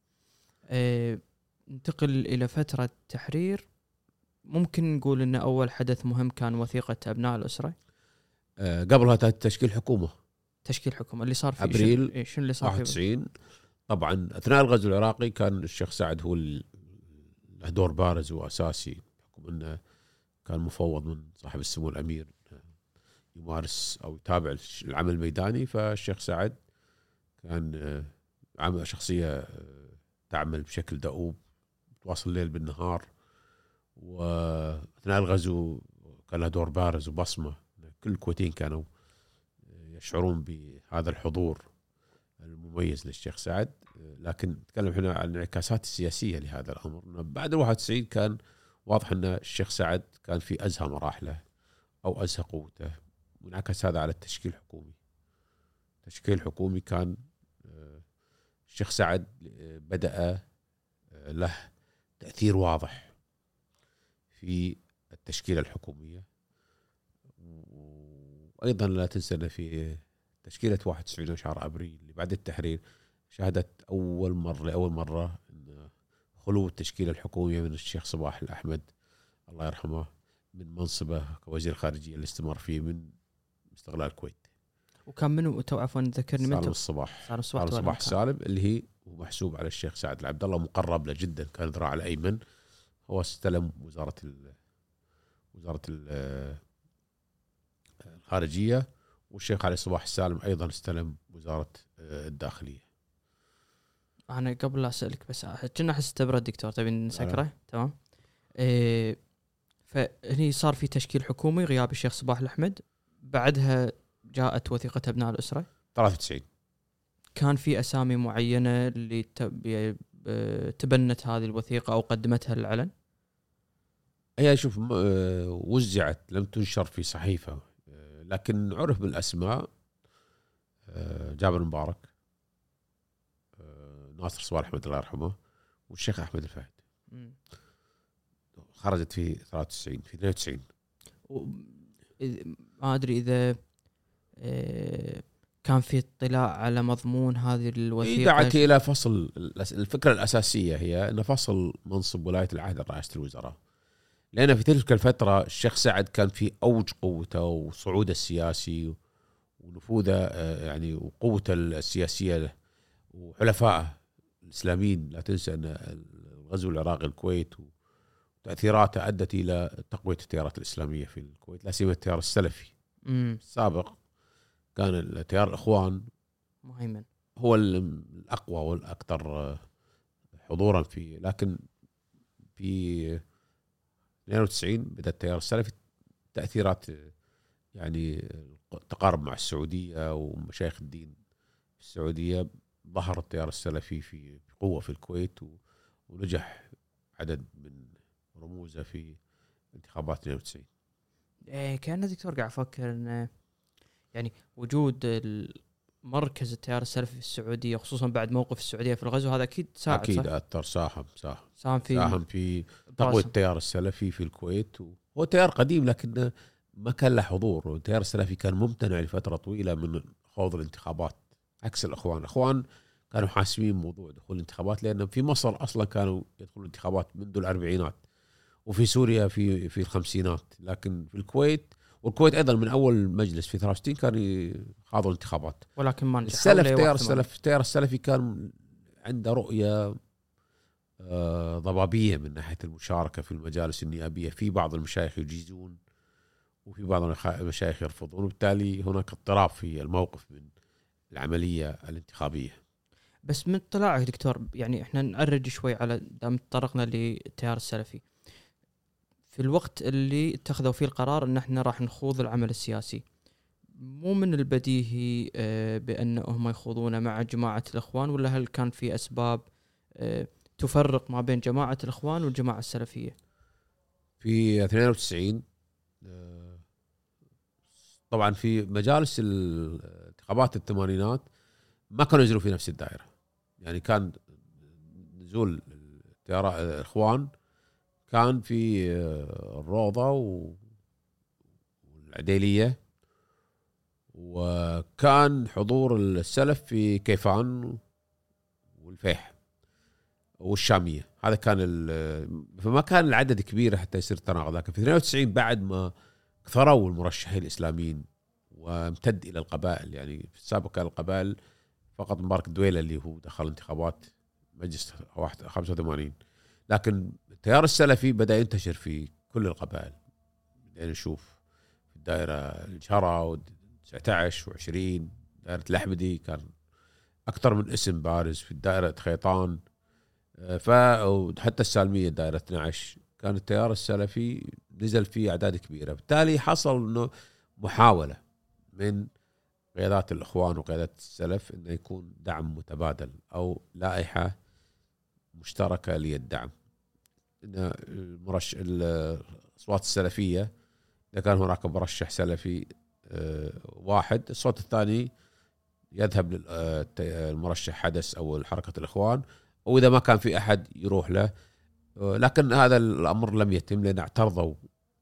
ننتقل إلى فترة تحرير. ممكن نقول إن أول حدث مهم كان وثيقة أبناء الأسرة. قبلها تشكيل حكومة اللي صار في أبريل شنو اللي صار 91. طبعا أثناء الغزو العراقي كان الشيخ سعد هو له دور بارز وأساسي، بحكم أنه كان مفوض من صاحب السمو الأمير يمارس أو يتابع العمل الميداني. فالشيخ سعد كان شخصية تعمل بشكل دؤوب، تواصل الليل بالنهار، وأثناء الغزو كان له دور بارز وبصمة. كل الكويتيين كانوا يشعرون بهذا الحضور المميز للشيخ سعد. لكن نتكلم هنا عن الانعكاسات السياسية لهذا الأمر. بعد 91 كان واضح أن الشيخ سعد كان في أزهى مراحله أو أزهى قوته، وانعكس هذا على التشكيل الحكومي. التشكيل الحكومي كان الشيخ سعد بدأ له تأثير واضح في التشكيلة الحكومية. وأيضا لا تنسى أن في تشكيلة 91 شهر أبريل اللي بعد التحرير شهدت لأول مرة خلو التشكيلة الحكومية من الشيخ صباح الأحمد الله يرحمه من منصبه كوزير خارجية اللي استمر فيه من استقلال الكويت. وكان منه عفوا ذكرني سالم الصباح سالم اللي هي محسوب على الشيخ سعد العبد الله، مقرب له جدا، كان ذراع الأيمن. هو استلم وزارة الخارجية، والشيخ علي صباح السالم أيضا استلم وزارة الداخلية. أنا قبل لا أسألك بس كنا أحس تبرد دكتور، تبي نسكره؟ تمام. فهني صار في تشكيل حكومي غياب الشيخ صباح الأحمد، بعدها جاءت وثيقة أبناء الأسرة 93. كان في أسامي معينة اللي تبنت هذه الوثيقة أو قدمتها للعلن. هي شوف وزعت، لم تنشر في صحيفة، لكن عرف بالأسماء: جابر مبارك، ناصر صباح أحمد الله يرحمه، والشيخ أحمد الفهد. خرجت في 93 في 92. ما أدري إذا كان في اطلاع على مضمون هذه الوثيقة. دعت إلى فصل. الفكرة الأساسية هي أن فصل منصب ولاية العهد رئاسة الوزراء، لأن في تلك الفترة الشيخ سعد كان في أوج قوته وصعوده السياسي ونفوذه يعني وقوته السياسية وحلفائه الإسلاميين. لا تنسى أن الغزو العراقي الكويت وتأثيراته أدت إلى تقوية التيارات الإسلامية في الكويت، لا سيما التيار السلفي السابق. كان التيار الإخوان مهيمن، هو الأقوى والأكثر حضورا فيه. لكن في 92 بدأ التيار السلفي تأثيرات يعني تقارب مع السعودية ومشايخ الدين في السعودية. ظهر التيار السلفي في قوة في الكويت ونجح عدد من رموزه في انتخابات 92. كان الدكتور قاعد أفكر أن يعني وجود مركز التيار السلفي في السعودية خصوصا بعد موقف السعودية في الغزو هذا أكيد ساعد. أكيد أثر، ساهم في تقوية الباسم. التيار السلفي في الكويت. هو تيار قديم لكن ما كان له حضور. التيار السلفي كان ممتنع لفترة طويلة من خوض الانتخابات، عكس الأخوان كانوا حاسمين موضوع دخول الانتخابات، لأن في مصر أصلا كانوا يدخلوا الانتخابات منذ الأربعينات، وفي سوريا في الخمسينات. لكن في الكويت، والكويت أيضا من أول مجلس في 63 كان يخاضوا الانتخابات، ولكن ما نجح. التيار السلفي كان عنده رؤية ضبابية من ناحية المشاركة في المجالس النيابية. في بعض المشايخ يجيزون وفي بعض المشايخ يرفضون، وبالتالي هناك اضطراب في الموقف من العملية الانتخابية. بس من اطلاعك دكتور، يعني احنا نعرج شوي على دام تطرقنا للتيار السلفي، في الوقت اللي اتخذوا فيه القرار ان احنا راح نخوض العمل السياسي، مو من البديهي بأنهم يخوضون مع جماعة الإخوان، ولا هل كان في أسباب تفرق ما بين جماعة الإخوان والجماعة السلفية؟ في 92 طبعا في مجالس الانتخابات الثمانينات ما كانوا ينزلوا في نفس الدائرة، يعني كان نزول تيار الإخوان كان في الروضة والعديلية، وكان حضور السلف في كيفان والفيح والشامية. هذا كان فما كان العدد كبير حتى يصير تناقض. لكن في 92 بعد ما كثروا المرشحين الإسلاميين وامتد إلى القبائل، يعني في السابق كان القبائل فقط مبارك الدويلة اللي هو دخل انتخابات مجلس 85، لكن التيار السلفي بدأ ينتشر في كل القبائل. بدأنا نشوف في الدائرة الجهرة 19 و20 دائرة الأحمدي كان أكثر من اسم بارز، في الدائرة خيطان فحتى السالمية دائرة 12 كان التيار السلفي نزل فيه أعداد كبيرة. بالتالي حصل إنه محاولة من قيادات الإخوان وقيادات السلف إنه يكون دعم متبادل أو لائحة مشتركة للدعم. إن الأصوات السلفية إذا كان هناك مرشح سلفي واحد، الصوت الثاني يذهب للمرشح حدث أو حركة الإخوان، وإذا ما كان في أحد يروح له. لكن هذا الأمر لم يتم لأن اعترضوا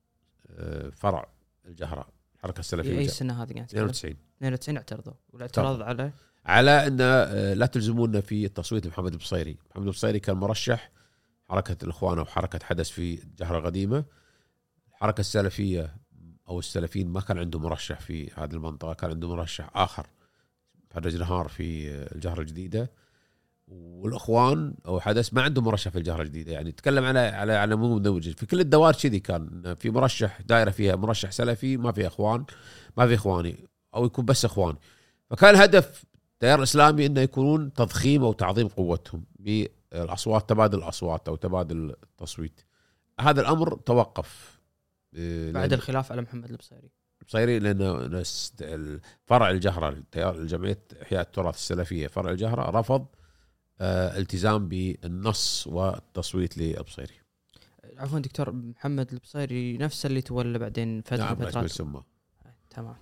فرع الجهرة الحركة السلفية. أي سنة هذه؟ 92 اعترضوا، والاعتراض على أن لا تلزمونا في التصويت. محمد البصيري كان مرشح حركة الإخوان أو حركة حدث في الجهرة القديمة. الحركة السلفية أو السلفيين ما كان عنده مرشح في هذه المنطقة، كان عنده مرشح آخر فرج نهار في الجهرة الجديدة، والإخوان أو حدث ما عنده مرشح في الجهرة الجديدة. يعني تكلم على مو مدوج في كل الدوائر كذي، كان في مرشح دائرة فيها مرشح سلفي، ما في إخوان، ما في إخواني، أو يكون بس إخوان. فكان هدف التيار الإسلامي إنه يكونون تضخيم أو تعظيم قوتهم بالأصوات، تبادل الأصوات أو تبادل التصويت. هذا الأمر توقف بعد الخلاف على محمد البصيري، لأنه فرع الجهرة الجمعية إحياء التراث السلفية فرع الجهرة رفض التزام بالنص والتصويت للبصيري. عفوا دكتور، محمد البصيري نفسه اللي تولى بعدين فترات. تمام.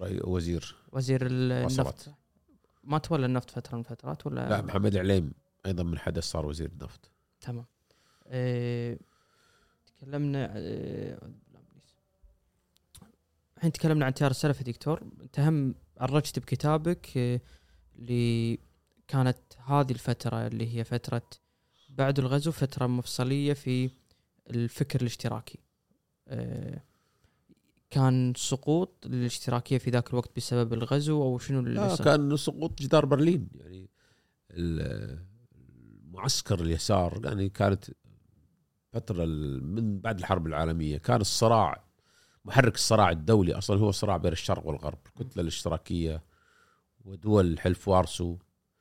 وزير النفط. ما تولى النفط فترة من فترات ولا؟ لا، محمد العليم أيضا من حدث صار وزير النفط. تمام. تكلمنا الحين تكلمنا عن تيار السلفي دكتور. انت هم عرجت بكتابك اللي كانت هذه الفترة اللي هي فترة بعد الغزو فترة مفصلية في الفكر الاشتراكي. كان سقوط الاشتراكية في ذاك الوقت بسبب الغزو أو شنو اللي صار؟ كان سقوط جدار برلين. يعني المعسكر اليسار، يعني كانت فترة من بعد الحرب العالمية كان الصراع محرك الصراع الدولي أصلا هو صراع بين الشرق والغرب، الكتلة الاشتراكية ودول حلف وارسو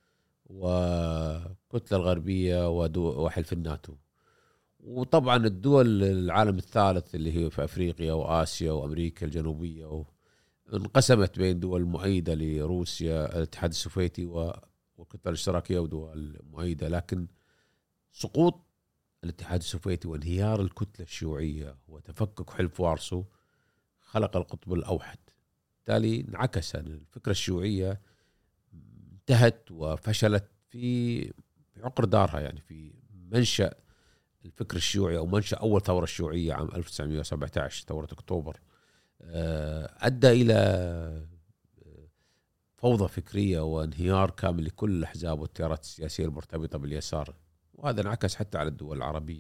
وكتلة الغربية وحلف الناتو، وطبعا الدول العالم الثالث اللي هي في أفريقيا وآسيا وأمريكا الجنوبية، انقسمت بين دول مؤيدة لروسيا الاتحاد السوفيتي والكتلة الاشتراكية ودول مؤيدة. لكن سقوط الاتحاد السوفيتي وانهيار الكتلة الشيوعية وتفكك حلف وارسو خلق القطب الأوحد. بالتالي انعكس أن الفكرة الشيوعية انتهت وفشلت في عقر دارها، يعني في منشأ الفكر الشيوعي أو منشأ أول ثورة الشيوعية عام 1917 ثورة أكتوبر، أدى إلى فوضى فكرية وانهيار كامل لكل الأحزاب والتيارات السياسية المرتبطة باليسار، وهذا انعكس حتى على الدول العربية.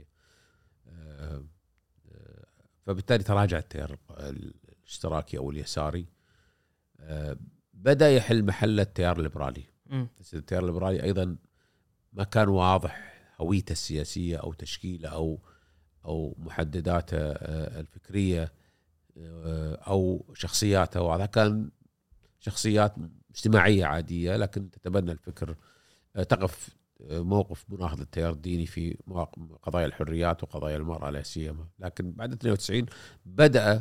فبالتالي تراجع التيار الاشتراكي أو اليساري، بدأ يحل محل التيار الليبرالي. بس التيار الليبرالي أيضا ما كان واضح هويته السياسية أو تشكيله أو محدداته الفكرية أو شخصياته، وهذا كان شخصيات اجتماعية عادية لكن تتبنى الفكر تقف موقف مناهض للتيار الديني في قضايا الحريات وقضايا المرأة لا سيما. لكن بعد 92 بدأ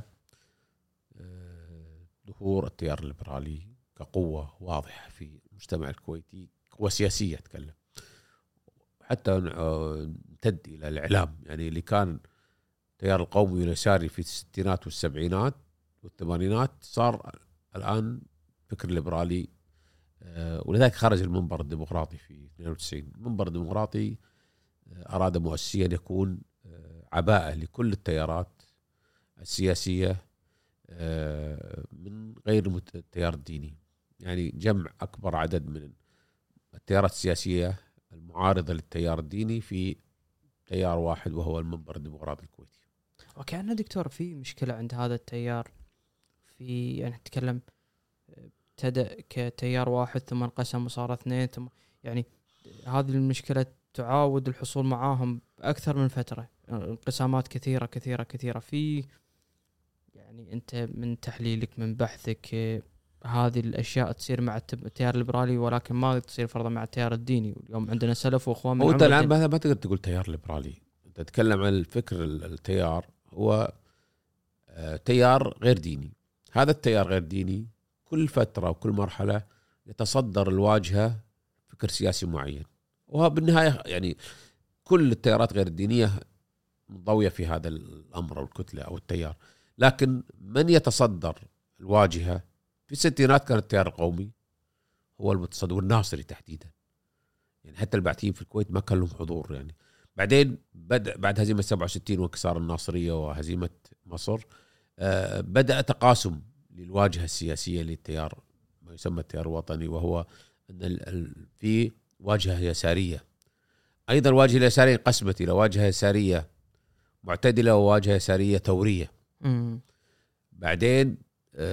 ظهور التيار الليبرالي كقوة واضحة في المجتمع الكويتي، قوة سياسية أتكلم، حتى امتد إلى الإعلام. يعني اللي كان التيار القومي واليساري في الستينات والسبعينات والثمانينات صار الآن فكر ليبرالي، ولذلك خرج المنبر الديمقراطي في 92. المنبر الديمقراطي أراد مؤسسيا يكون عباءة لكل التيارات السياسية من غير التيار الديني، يعني جمع أكبر عدد من التيارات السياسية المعارضة للتيار الديني في تيار واحد وهو المنبر الديمقراطي الكويتي. وكأن دكتور في مشكلة عند هذا التيار، في يعني نتكلم ابتدأ كتيار واحد ثم انقسم وصار اثنين، ثم يعني هذه المشكلة تعاود الحصول معاهم أكثر من فترة، انقسامات كثيرة كثيرة كثيرة. في يعني أنت من تحليلك من بحثك هذه الأشياء تصير مع التيار الليبرالي ولكن ما تصير فرضا مع التيار الديني. واليوم عندنا سلف وأخوان من هو عمر أنت الآن الدين. ما تقدر تقول تيار ليبرالي، أنت تتكلم عن الفكر التيار هو تيار غير ديني. هذا التيار غير ديني كل فترة وكل مرحلة يتصدر الواجهة فكر سياسي معين، وها بالنهاية يعني كل التيارات غير الدينية منضوية في هذا الأمر أو الكتلة أو التيار. لكن من يتصدر الواجهة في الستينات كان التيار القومي هو المتصدر، والناصري تحديدا. يعني حتى البعثيين في الكويت ما كان لهم حضور. يعني بعدين بدأ بعد هزيمة 67 وانكسار الناصرية وهزيمة مصر بدأ تقاسم للواجهة السياسية للتيار ما يسمى التيار الوطني، وهو أن في واجهة يسارية. أيضا الواجهة اليسارية انقسمت إلى واجهة يسارية معتدلة وواجهة يسارية ثورية. بعدين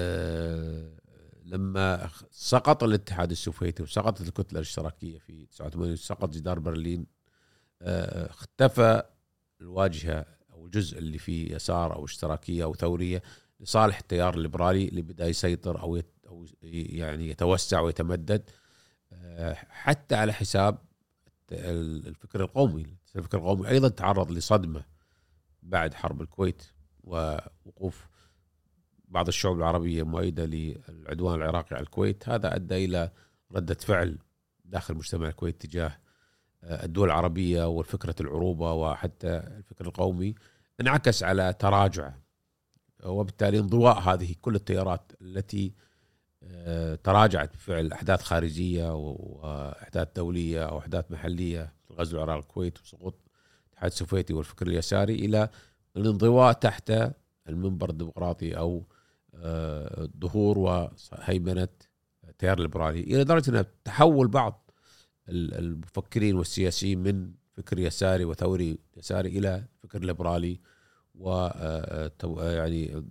لما سقط الاتحاد السوفيتي وسقطت الكتلة الاشتراكية في 89 سقط جدار برلين، اختفى الواجهة أو الجزء اللي فيه يسار أو اشتراكية أو ثورية لصالح التيار الليبرالي اللي بدأ يسيطر أو يعني يتوسع ويتمدد حتى على حساب الفكر القومي. الفكر القومي أيضا تعرض لصدمة بعد حرب الكويت ووقوف بعض الشعوب العربية مؤيدة للعدوان العراقي على الكويت. هذا أدى إلى ردة فعل داخل مجتمع الكويت تجاه الدول العربية والفكرة العروبة، وحتى الفكر القومي انعكس على تراجع، وبالتالي انضواء هذه كل التيارات التي تراجعت بفعل أحداث خارجية وأحداث دولية أو أحداث محلية في غزو العراق الكويت وسقوط الاتحاد السوفيتي والفكر اليساري إلى الانضواء تحت المنبر الديمقراطي أو ظهور وهيمنة التيار الليبرالي، إلى درجة أن تحول بعض المفكرين والسياسيين من فكر يساري وثوري يساري إلى فكر ليبرالي، يعني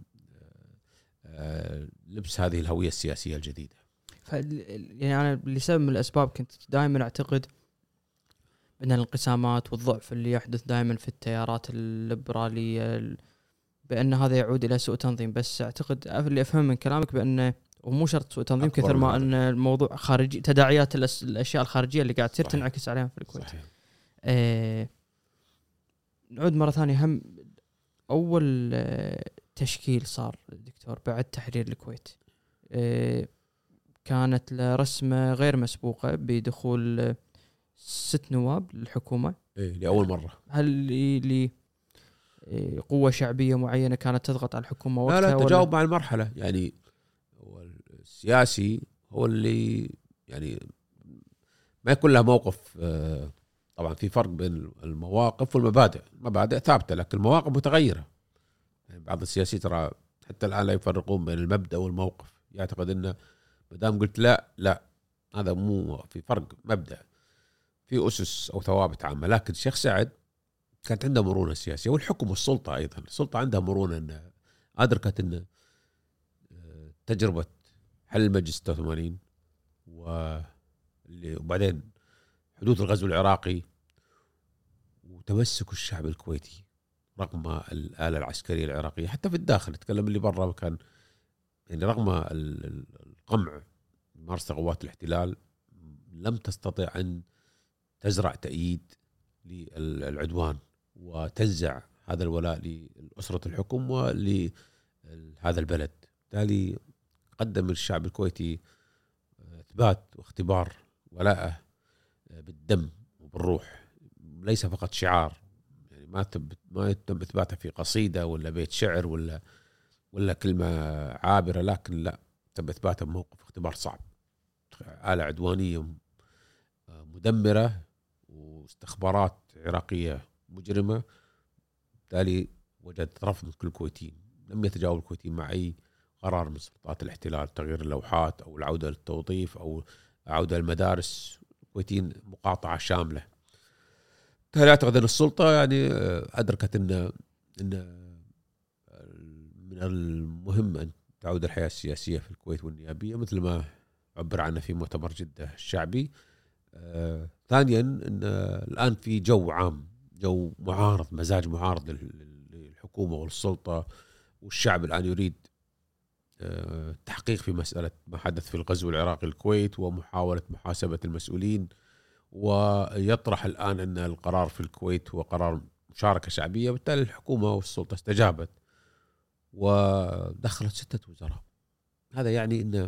لبس هذه الهوية السياسية الجديدة. يعني أنا لسبب من الأسباب كنت دائما أعتقد أن الانقسامات والضعف اللي يحدث دائما في التيارات الليبرالية بأن هذا يعود إلى سوء تنظيم. بس أعتقد اللي أفهم من كلامك بأنه ومو شرط سوء تنظيم كثر ما أن الموضوع خارجي، تداعيات الأشياء الخارجية اللي قاعد تصير تنعكس عليهم في الكويت. نعود مرة ثانية، هم أول تشكيل صار دكتور بعد تحرير الكويت كانت لرسمة غير مسبوقة بدخول 6 نواب للحكومة لأول مرة. هل لي قوة شعبية معينة كانت تضغط على الحكومة وقتها؟ لا تجاوب مع المرحلة. يعني هو السياسي هو اللي يعني ما يكون له موقف. طبعا في فرق بين المواقف والمبادئ. المبادئ ثابتة لكن المواقف متغيرة. يعني بعض السياسيين ترى حتى الآن لا يفرقون بين المبدأ والموقف، يعتقد إنه مدام قلت لا هذا مو، في فرق مبدأ، في أسس أو ثوابت عامة. لكن الشيخ سعد كانت عنده مرونة سياسية، والحكم والسلطة أيضا، السلطة عندها مرونة، إنها أدركت إن تجربة حل المجلس 86 وبعدين حدوث الغزو العراقي وتمسك الشعب الكويتي رغم الآلة العسكرية العراقية حتى في الداخل، نتكلم اللي برا، كان يعني رغم القمع مارس قوات الاحتلال لم تستطع أن تزرع تأييد للعدوان وتنزع هذا الولاء لأسرة الحكم ولهذا البلد. بالتالي قدم الشعب الكويتي إثبات واختبار ولاءه بالدم وبالروح، ليس فقط شعار، يعني ما يتم إثباته في قصيدة ولا بيت شعر ولا كلمة عابرة، لكن لا، تم إثباته بموقف اختبار صعب، آلة عدوانية مدمرة واستخبارات عراقية مجرمة. بالتالي وجدت رفض من كل الكويتيين، لم يتجاوب الكويتيين مع أي قرار من سلطات الاحتلال، تغيير اللوحات أو العودة للتوظيف أو عودة للمدارس. الكويتيين مقاطعة شاملة. بالتالي أعتقد أن السلطة يعني أدركت أن من المهم أن تعود الحياة السياسية في الكويت والنيابية مثل ما عبر عنه في مؤتمر جدة الشعبي. ثانيا أن الآن في جو عام، جو معارض، مزاج معارض للحكومة والسلطة، والشعب الآن يريد تحقيق في مسألة ما حدث في الغزو العراقي الكويت ومحاولة محاسبة المسؤولين، ويطرح الآن أن القرار في الكويت هو قرار مشاركة شعبية. بالتالي الحكومة والسلطة استجابت ودخلت 6 وزراء. هذا يعني أن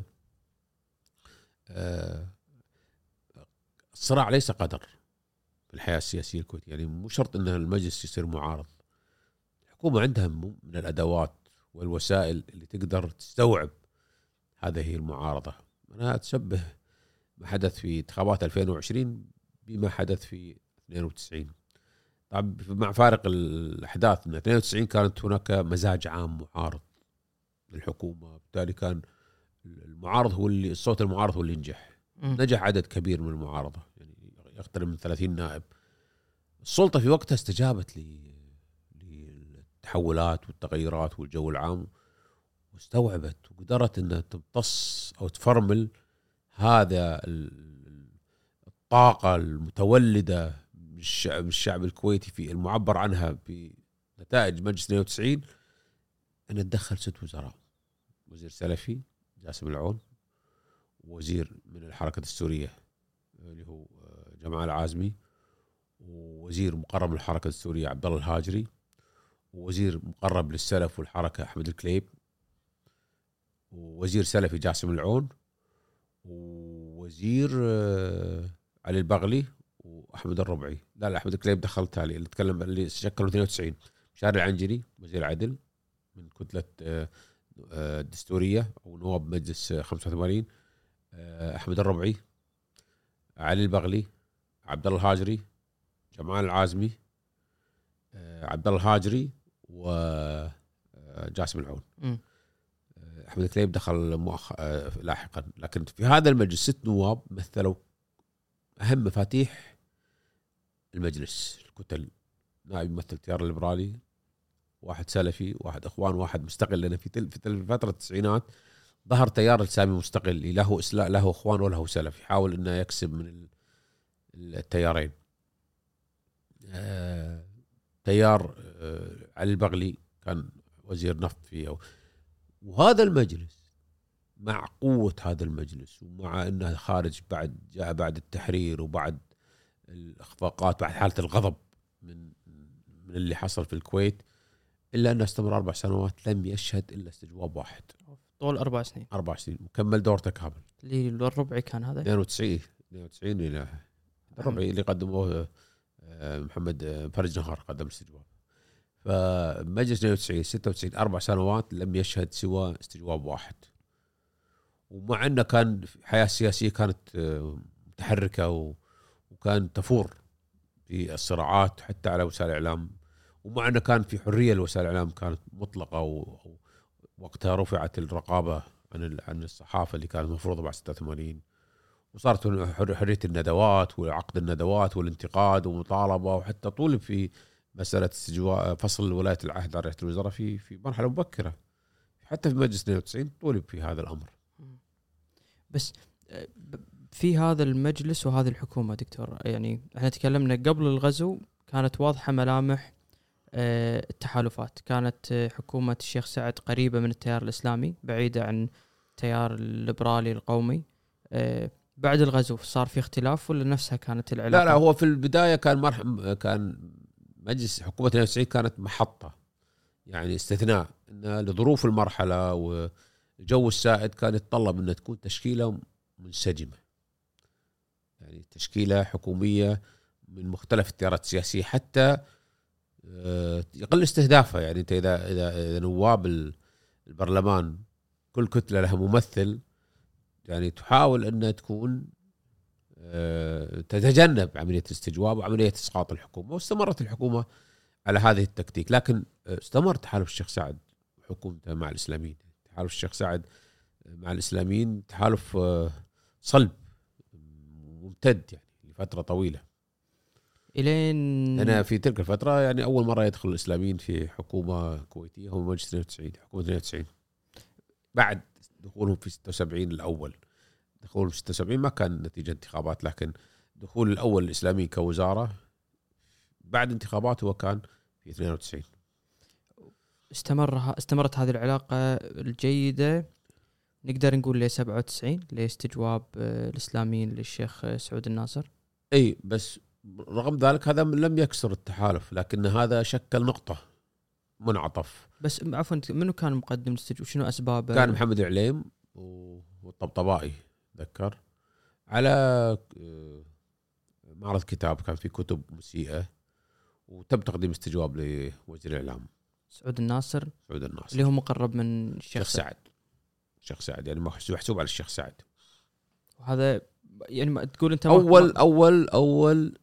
الصراع ليس قدر في الحياة السياسية الكويتية، يعني مو شرط أن المجلس يصير معارض. الحكومة عندها من الأدوات والوسائل اللي تقدر تستوعب هذه المعارضة. أنا أتشبه ما حدث في انتخابات 2020 بما حدث في 92. طبعا مع فارق الأحداث، من 92 كانت هناك مزاج عام معارض للحكومة، بالتالي كان المعارض هو اللي، الصوت المعارض هو اللي نجح عدد كبير من المعارضة، يعني يقترب من 30 نائب. السلطة في وقتها استجابت للتحولات والتغيرات والجو العام، واستوعبت وقدرت أنها تمتص أو تفرمل هذا الطاقة المتولدة من الشعب الكويتي في المعبر عنها بنتائج مجلس 92. أن تدخل 6 وزراء: وزير سلفي جاسم العون، ووزير من الحركة السورية اللي هو جمال العازمي، ووزير مقرب للحركة السورية عبد الله الهاجري، ووزير مقرب للسلف والحركة أحمد الكليب، ووزير سلفي جاسم العون، ووزير علي البغلي، وأحمد الربعي. لا أحمد الكليب دخل تالي، اللي تكلم اللي شكلوا 92. شارع العنجري وزير عدل من كتلة الدستورية أو نواب مجلس 85، أحمد الربعي، علي البغلي، عبد الله الهاجري، جمال العازمي، عبد الله الهاجري، وجاسم العون. أحمد الكليب دخل لاحقا. لكن في هذا المجلس 6 نواب مثلوا أهم مفاتيح المجلس الكتل: نائب يمثل التيار الليبرالي، واحد سلفي، واحد إخوان، واحد مستقل. لأن في فترة التسعينات ظهر تيار السامي مستقل، له إخوان وله سلف، يحاول أنه يكسب من التيارين. تيار علي البغلي كان وزير نفط فيه. وهذا المجلس مع قوة هذا المجلس، ومع أنه خارج جاء بعد التحرير وبعد الإخفاقات، بعد حالة الغضب من اللي حصل في الكويت، إلا أنه استمر 4 سنوات لم يشهد إلا استجواب واحد طول 4 سنين. 4 سنين وكمل دورته كامل. اللي الربعي كان هذا 92 إلى الربعي اللي قدموه محمد فرج نهار قدم الاستجواب. فمجلس 92 96 4 سنوات لم يشهد سوى استجواب واحد. ومع أنه كان الحياة السياسية كانت متحركة وكان تفور في الصراعات حتى على وسائل الإعلام، ومع أنه كان في حرية لوسائل الإعلام كانت مطلقة، ووقتها رفعت الرقابة عن الصحافة اللي كانت مفروضة بعد 86، وصارت حرية الندوات وعقد الندوات والانتقاد ومطالبة، وحتى طولب في مسألة استجواء فصل ولاية العهد عن رئاسة الوزراء في مرحلة مبكرة. حتى في مجلس 92 طولب في هذا الأمر. بس في هذا المجلس وهذه الحكومة دكتور، يعني احنا تكلمنا قبل الغزو كانت واضحة ملامح التحالفات. كانت حكومة الشيخ سعد قريبة من التيار الإسلامي، بعيدة عن التيار الليبرالي القومي. بعد الغزو صار في اختلاف ولا نفسها كانت العلاقة؟ لا هو في البداية كان مجلس حكومة 92 كانت محطة، يعني استثناء إن لظروف المرحلة والجو السائد كان يتطلب أن تكون تشكيلة منسجمة، يعني تشكيلة حكومية من مختلف التيارات السياسية حتى يقل استهدافها. يعني انت اذا نواب البرلمان كل كتلة لها ممثل، يعني تحاول ان تكون تتجنب عملية الاستجواب وعملية اسقاط الحكومة. واستمرت الحكومة على هذه التكتيك، لكن استمر تحالف الشيخ سعد حكومته مع الإسلاميين. تحالف الشيخ سعد مع الإسلاميين تحالف صلب ممتد يعني لفترة طويلة. الين أنا في تلك الفترة يعني أول مرة يدخل الإسلاميين في حكومة كويتية هو مجلس 92، حكومة 92 بعد دخولهم في 76 الأول. دخولهم في 76 ما كان نتيجة انتخابات، لكن دخول الأول الإسلامي كوزارة بعد انتخابات هو كان في 92. استمرت هذه العلاقة الجيدة نقدر نقول ل 97 لاستجواب الإسلاميين للشيخ سعود الناصر. أي بس رغم ذلك هذا لم يكسر التحالف، لكن هذا شكل نقطة منعطف. بس عفوا منو كان مقدم الاستجواب؟ شنو أسبابه؟ كان محمد العليم والطبطبائي ذكر على معرض كتاب كان في كتب مسيئة، وتم تقديم استجواب لوزير الإعلام سعود الناصر اللي هو مقرب من الشيخ سعد. الشيخ سعد يعني محسوب على الشيخ سعد. وهذا يعني ما تقول انت أول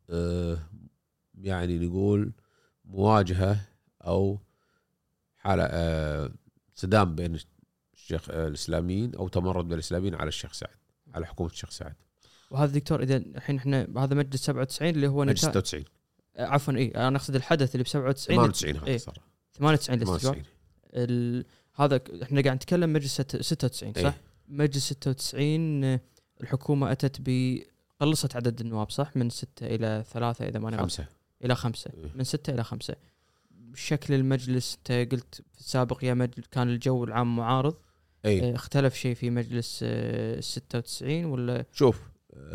يعني نقول مواجهة أو حالة صدام بين الشيخ الإسلاميين أو تمرد بين الإسلاميين على الشيخ سعد، على حكومة الشيخ سعد. وهذا دكتور إذا الحين إحنا هذا مجلس 97 اللي هو مجلس 96 عفوا أنا أقصد الحدث اللي ب 97 98 هذا صار 98 الاستجواب. هذا احنا قاعد نتكلم مجلس 96 صح؟ مجلس 96 الحكومة أتت قلصت عدد النواب صح؟ من 6 إلى 3 إذا ما أنا 5 إلى 5 من 6 إلى 5. شكل المجلس أنت قلت في السابق يا كان الجو العام معارض. اختلف شيء في مجلس 96 ولا؟ شوف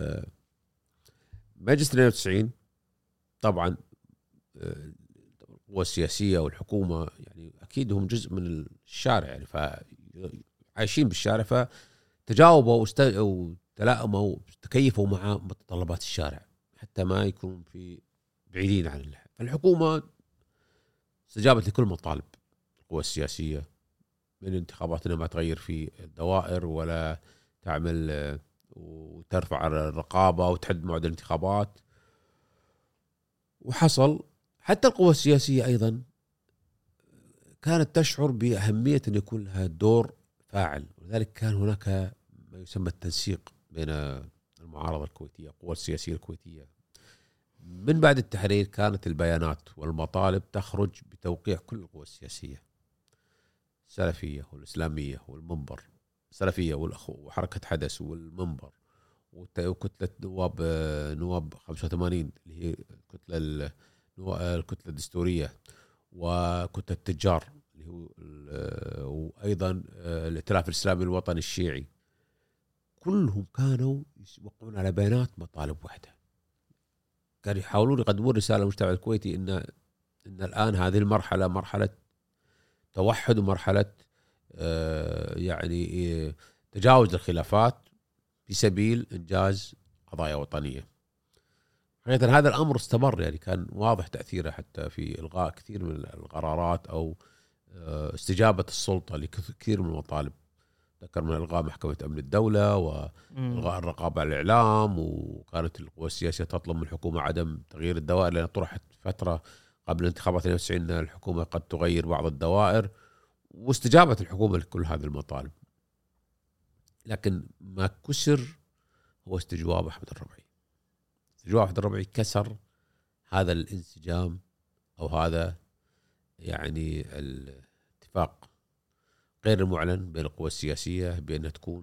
مجلس 92 طبعا القوى السياسية والحكومة يعني أكيد هم جزء من الشارع، يعني فعايشين بالشارع، فتجاوبوا وتلائموا وتكيفوا مع متطلبات الشارع حتى ما يكون في بعيدين عن الله. فالحكومة استجابت لكل مطالب القوى السياسية من انتخاباتنا، ما تغير في الدوائر ولا تعمل وترفع الرقابة وتحد موعد الانتخابات. وحصل حتى القوى السياسية أيضا كانت تشعر بأهمية أن يكون لها دور فاعل، ولذلك كان هناك ما يسمى التنسيق بين المعارضة الكويتية القوى السياسية الكويتية. من بعد التحرير كانت البيانات والمطالب تخرج بتوقيع كل القوى السياسية، السلفية والإسلامية والمنبر، السلفية وحركة حدث والمنبر وكتلة نواب 85 اللي هي الكتلة الدستورية، وكتلة التجار اللي هو وأيضا الائتلاف الإسلامي الوطني الشيعي. كلهم كانوا يوقعون على بيانات مطالب واحدة، كانوا يحاولون يقدمون رسالة للمجتمع الكويتي إن الآن هذه المرحلة مرحلة توحد ومرحلة يعني تجاوز الخلافات في سبيل إنجاز قضايا وطنية. حقيقة هذا الأمر استمر، يعني كان واضح تأثيره حتى في إلغاء كثير من القرارات أو استجابة السلطة لكثير من المطالب. ذكر من إلغاء محكمة أمن الدولة وإلغاء الرقابة على الإعلام، وكانت القوى السياسية تطلب من الحكومة عدم تغيير الدوائر، لأن طرحت فترة قبل انتخابات 92 الحكومة قد تغير بعض الدوائر، واستجابت الحكومة لكل هذه المطالب. لكن ما كسر هو استجواب أحمد الربعي. استجواب أحمد الربعي كسر هذا الانسجام أو هذا يعني الاتفاق غير المعلن بين القوى السياسية بأن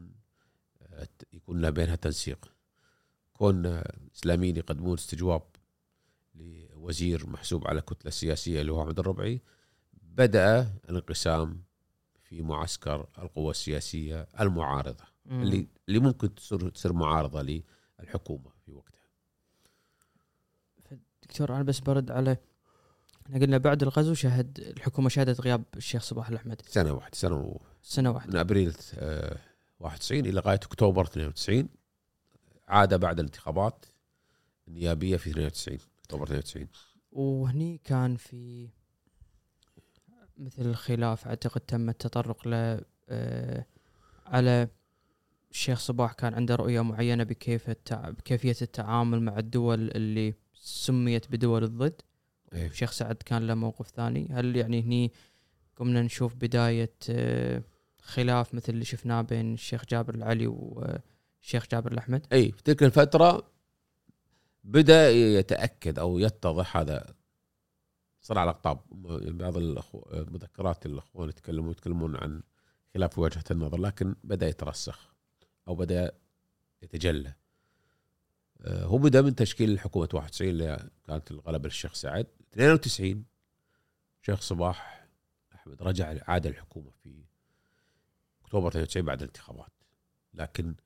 يكون بينها تنسيق. كون إسلاميين يقدمون استجواب لوزير محسوب على كتلة سياسية اللي هو أحمد الربعي، بدأ الانقسام في معسكر القوى السياسية المعارضة اللي ممكن تصير معارضة للحكومة في وقتها. دكتور أنا بس برد على، احنا قلنا بعد الغزو الحكومة شهدت غياب الشيخ صباح الأحمد سنة واحدة من أبريل 91 إلى لغاية أكتوبر 92. عاد بعد الانتخابات النيابية في 92 أكتوبر 92. وهني كان في مثل الخلاف، أعتقد تم التطرق ل على الشيخ صباح كان عنده رؤية معينة بكيفية التعامل مع الدول اللي سميت بدول الضد. الشيخ سعد كان له موقف ثاني. هل يعني هني قمنا نشوف بداية خلاف مثل اللي شفناه بين الشيخ جابر العلي والشيخ جابر الأحمد؟ أي في تلك الفترة بدأ يتأكد أو يتضح هذا. صار على أقطاب بعض المذكرات الأخوان يتكلمون عن خلاف وجهة النظر، لكن بدأ يترسخ أو بدأ يتجلى. هو بدأ من تشكيل حكومة 91 اللي كانت الغلبة للشيخ سعد. 92 الشيخ صباح أحمد عاد الحكومة في أكتوبر 92 بعد الانتخابات، لكن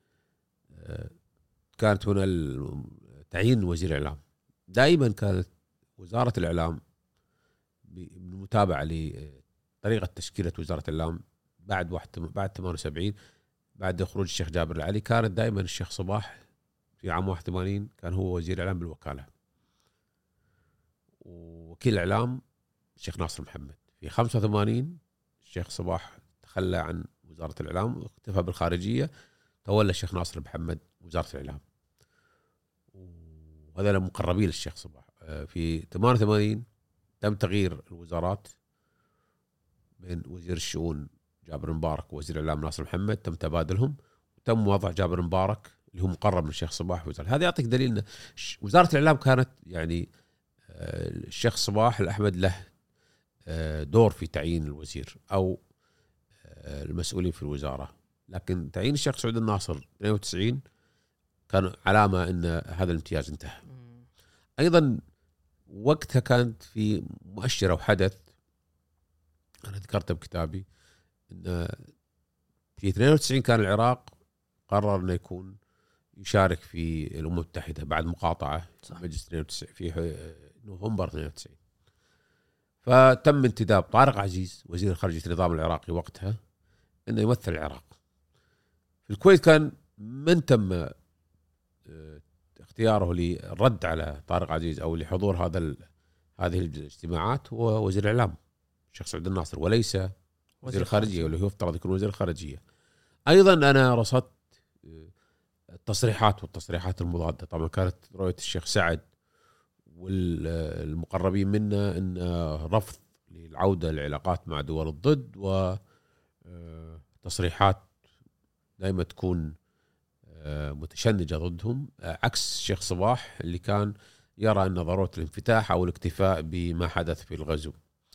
كانت هنا تعيين وزير الإعلام. دائما كانت وزارة الإعلام بالمتابعة لطريقة تشكيلة وزارة الإعلام بعد 78 بعد خروج الشيخ جابر العلي. كانت دائما الشيخ صباح في عام 81 كان هو وزير الإعلام بالوكالة، ووكيل الإعلام الشيخ ناصر محمد. في 85 الشيخ صباح تخلى عن وزارة الإعلام واكتفى بالخارجية، تولى الشيخ ناصر محمد وزارة الإعلام، وهذا مقربين للشيخ صباح. في 88 تم تغيير الوزارات بين وزير الشؤون جابر مبارك ووزير الإعلام ناصر محمد، تم تبادلهم وتم وضع جابر مبارك اللي هو مقرب من الشيخ صباح في وزارة. هذا يعطيك دليل أن وزارة الإعلام كانت يعني الشيخ صباح الأحمد له دور في تعيين الوزير أو المسؤولين في الوزارة، لكن تعيين الشيخ سعود الناصر 92 كان علامة أن هذا الامتياز انتهى. أيضا وقتها كانت في مؤشر أو حدث أنا ذكرته بكتابي، أن في 92 كان العراق قرر أنه يكون يشارك في الأمم المتحدة بعد مقاطعة مجلس 92 في نوفمبر 92. فتم انتداب طارق عزيز وزير خارجية النظام العراقي وقتها أنه يمثل العراق. في الكويت كان من تم اختياره للرد على طارق عزيز أو لحضور هذه الاجتماعات هو وزير الإعلام الشيخ سعود الناصر، وليس وزير الخارجية واللي هو يفترض يكون وزير الخارجية. أيضا أنا رصدت التصريحات المضادة. طبعا كانت رؤية الشيخ سعد والمقربين منه أن رفض للعودة للعلاقات مع دول الضد، وتصريحات دائما تكون متشنجة ضدهم، عكس الشيخ صباح اللي كان يرى أن ضرورة الانفتاح أو الاكتفاء بما حدث في الغزو.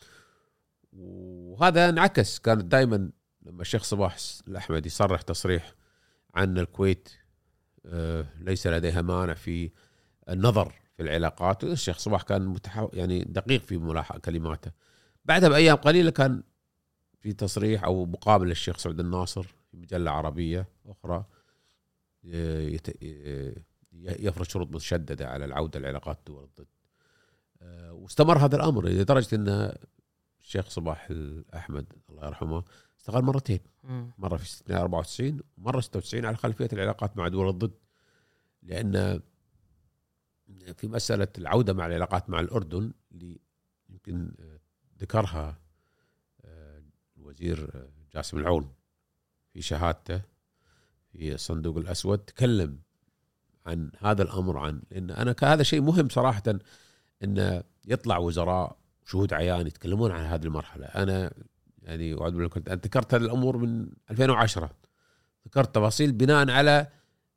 وهذا انعكس، كانت دائما لما الشيخ صباح الأحمد يصرح تصريح عن الكويت ليس لديها مانع في النظر في العلاقات، الشيخ صباح كان يعني دقيق في ملاحظة كلماته. بعدها بأيام قليلة كان في تصريح أو مقابل للشيخ سعود الناصر في مجلة عربية أخرى يفرض شروط مشددة على العودة لعلاقات دول الضد. واستمر هذا الأمر لدرجة أن الشيخ صباح الأحمد الله يرحمه استقال مرتين، مرة في 94 ومرة 96 على خلفية العلاقات مع دول الضد، لأن في مسألة العودة مع العلاقات مع الأردن اللي يمكن ذكرها الوزير جاسم العون في شهادته في الصندوق الأسود، تكلم عن هذا الأمر، لأن أنا هذا شيء مهم صراحة أن يطلع وزراء شهود عيان يتكلمون عن هذه المرحلة. أنا يعني كنت ذكرت هذه الأمور من 2010، ذكرت تفاصيل بناء على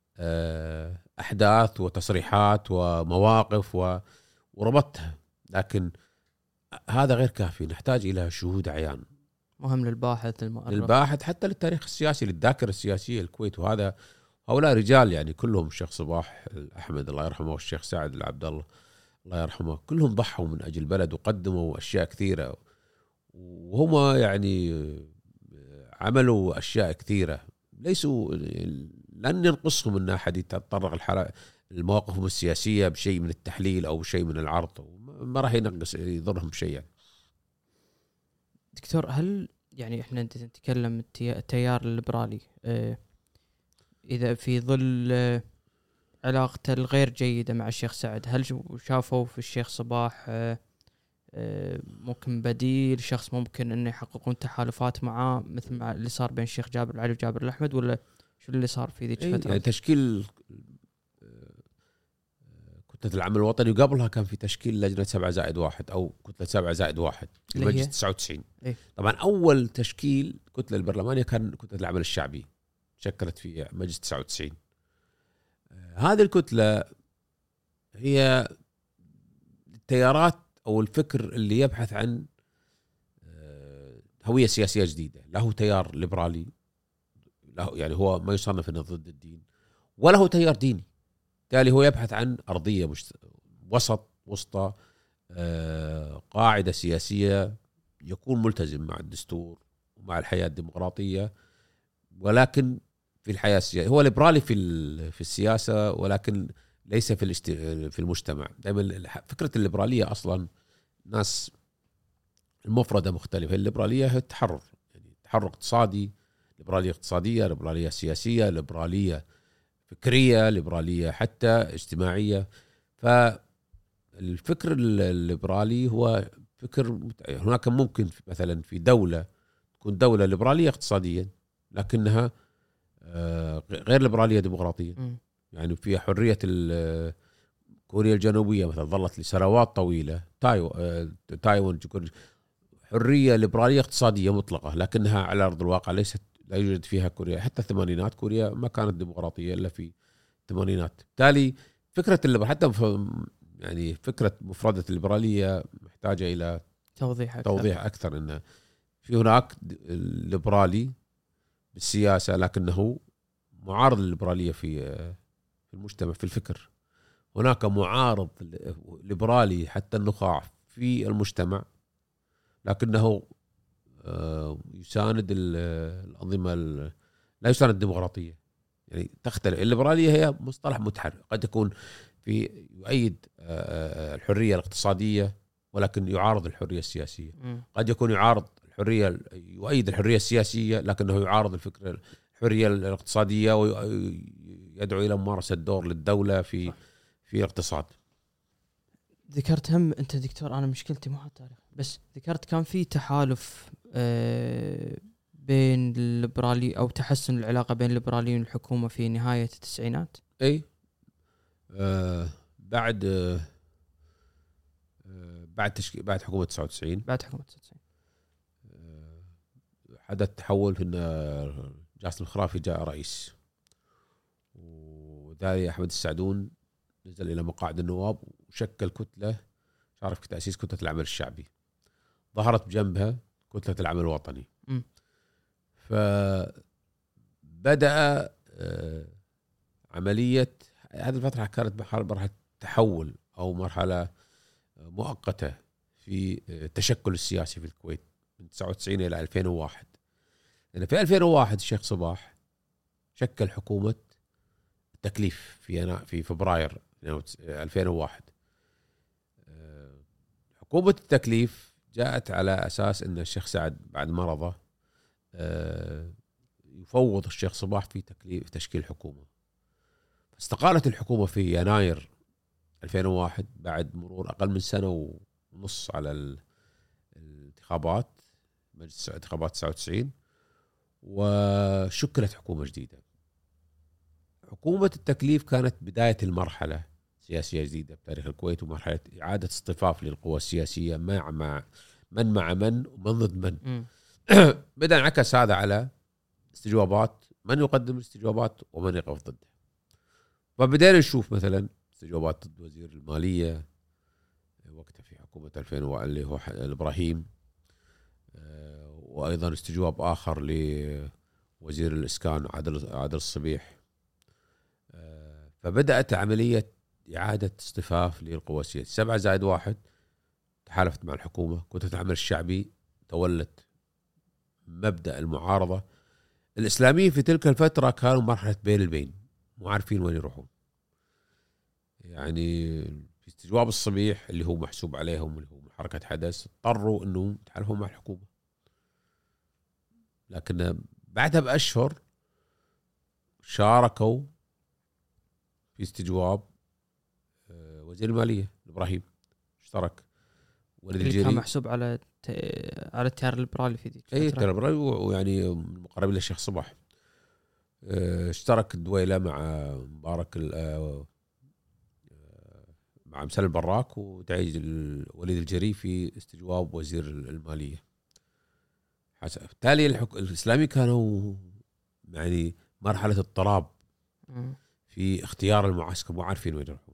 أحداث وتصريحات ومواقف وربطها، لكن هذا غير كافي، نحتاج إلى شهود عيان. مهم للباحث للباحث حتى للتاريخ السياسي، للذاكرة السياسية الكويت. وهذا هؤلاء رجال يعني كلهم، الشيخ صباح الأحمد الله يرحمه والشيخ سعد العبد الله الله يرحمه، كلهم ضحوا من أجل البلد وقدموا أشياء كثيرة، وهم يعني عملوا أشياء كثيرة ليسوا لن ينقصهم ان احد يتطرق المواقفهم السياسيه بشيء من التحليل او بشيء من العرض، ما راح ينقص يضرهم بشيء يعني. دكتور، هل يعني احنا نتكلم التيار الليبرالي اذا في ظل علاقته الغير جيده مع الشيخ سعد، هل شافوا في الشيخ صباح ممكن بديل شخص ممكن انه يحققون تحالفات معاه مثل ما اللي صار بين الشيخ جابر العلي وجابر الاحمد، ولا شو اللي صار في ذيك الفتره؟ يعني تشكيل كتلة العمل الوطني، وقبلها كان في تشكيل لجنة 7+1 أو كتلة 7+1 لمجلس 99. طبعا أول تشكيل كتلة البرلمانية كان كتلة العمل الشعبي، شكلت في مجلس 99. هذه الكتلة هي التيارات أو الفكر اللي يبحث عن هوية سياسية جديدة. له تيار ليبرالي، له يعني هو ما يصنف انه ضد الدين، وله تيار ديني، بالتالي هو يبحث عن أرضية وسطى، قاعدة سياسية يكون ملتزم مع الدستور ومع الحياة الديمقراطية، ولكن في الحياة السياسية هو ليبرالي في السياسة، ولكن ليس في المجتمع. دائما فكرة الليبرالية أصلا ناس المفردة مختلفة. الليبرالية هي التحرر، يعني تحرر اقتصادي، ليبرالية اقتصادية، ليبرالية سياسية، ليبرالية فكرية، ليبرالية حتى اجتماعية. فالفكر الليبرالي هو فكر هناك ممكن مثلا في دولة تكون دولة ليبرالية اقتصاديا لكنها غير ليبرالية ديمقراطية. يعني فيها حرية كوريا الجنوبية مثلا ظلت لسنوات طويلة، تايوان حرية ليبرالية اقتصادية مطلقة، لكنها على أرض الواقع لا يوجد فيها كوريا. حتى الثمانينات كوريا ما كانت ديمقراطية إلا في الثمانينات. بالتالي فكرة حتى يعني فكرة مفردة الليبرالية محتاجة إلى توضيح أكثر. إنه في هناك ليبرالي بالسياسة لكنه معارض للليبرالية في المجتمع في الفكر. هناك معارض ليبرالي حتى النخاع في المجتمع لكنه يساند الأنظمة، لا يساند الديمقراطية. يعني تختلف. الليبرالية هي مصطلح متحرر، قد يكون يؤيد الحرية الاقتصادية ولكن يعارض الحرية السياسية. قد يكون يؤيد الحرية السياسية لكنه يعارض الحرية الاقتصادية ويدعو إلى ممارسة دور للدولة في الاقتصاد. ذكرت هم أنت دكتور، أنا مشكلتي مع التاريخ، بس ذكرت كان في تحالف بين الليبرالي أو تحسن العلاقة بين الليبراليين والحكومة في نهاية التسعينات. أي بعد حكومة 99. حدث تحول في أن جاسم الخرافي جاء رئيس، وذلك أحمد السعدون نزل إلى مقاعد النواب وشكل كتلة شارك في تأسيس كتلة العمل الشعبي، ظهرت بجنبها كتلة العمل الوطني. فبدأ عملية هذه الفترة كانت مرحلة تحول أو مرحلة مؤقتة في التشكل السياسي في الكويت من 99 إلى 2001. لأن في 2001 الشيخ صباح شكل حكومة التكليف في فبراير 2001. حكومة التكليف جاءت على أساس أن الشيخ سعد بعد مرضه يفوض الشيخ صباح في تشكيل حكومة. استقالت الحكومة في يناير 2001 بعد مرور أقل من سنة ونص على الانتخابات، مجلس انتخابات 99، وشكلت حكومة جديدة. حكومة التكليف كانت بداية المرحلة سياسية جديدة بتاريخ الكويت، ومرحلة إعادة اصطفاف للقوى السياسية مع من ومن ضد من. بدأ انعكس هذا على استجوابات من يقدم الاستجوابات ومن يقف ضده. فبدأنا نشوف مثلا استجوابات ضد وزير المالية وقتها في حكومة 2000 اللي هو الإبراهيم، وأيضا استجواب آخر لوزير الإسكان عادل الصبيح. فبدأت عملية إعادة اصطفاف للقوى السياسية. 7+1 تحالفت مع الحكومة. كتلة العمل الشعبي تولت مبدأ المعارضة. الإسلاميين في تلك الفترة كانوا مرحلة بين البين، مو عارفين وين يروحون. يعني في استجواب الصبيح اللي هو محسوب عليهم اللي هو حركة حدث اضطروا انه يتحالفوا مع الحكومة، لكن بعدها بأشهر شاركوا في استجواب وزير المالية إبراهيم، اشترك وليد الجيري كان محسوب على التيار الليبرالي في ذيك الفترة. التيار الليبرالي ويعني مقرب للشيخ صباح. اشترك الدويلة مع مبارك مع مسل البراك ودعيج وليد الجري في استجواب وزير المالية. بالتالي الإسلامي كانوا يعني مرحلة اضطراب في اختيار المعسكر، مو عارفين وين يروحون.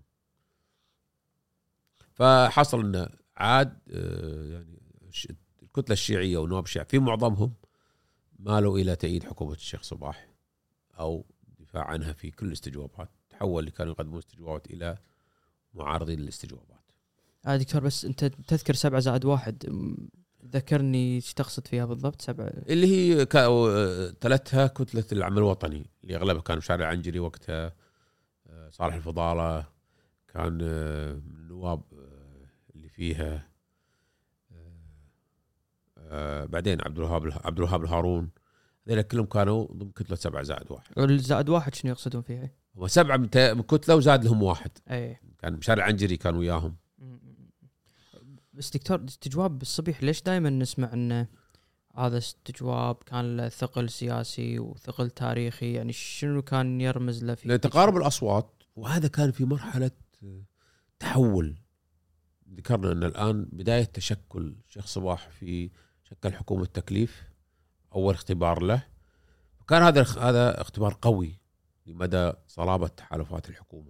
فحصل أن عاد يعني الكتلة الشيعية ونواب الشيعة في معظمهم مالوا إلى تأييد حكومة الشيخ صباح أو دفاع عنها في كل الاستجوابات. تحول اللي كانوا يقدمون استجوابات إلى معارضين للاستجوابات. دكتور بس أنت تذكر 7+1، ذكرني ايش تقصد فيها بالضبط؟ 7 اللي هي تلتها كتلة العمل الوطني اللي أغلبها كانوا شارع عنجري وقتها، صالح الفضالة كان من النواب اللي فيها، بعدين عبد الوهاب الهارون، هذول كلهم كانوا ضمن كتلة 7+1. ال+1 شنو يقصدون فيها؟ هو 7 من كتلة وزاد لهم 1. أي. كان شارع عنجري كانوا وياهم. بس دكتور استجواب الصبيح ليش دائما نسمع انه هذا استجواب كان له ثقل سياسي وثقل تاريخي؟ يعني شنو كان يرمز له في تقارب الأصوات، وهذا كان في مرحلة تحول. ذكرنا أن الآن بداية تشكل شيخ صباح في شكل حكومة التكليف، أول اختبار له، وكان هذا اختبار قوي لمدى صلابة تحالفات الحكومة.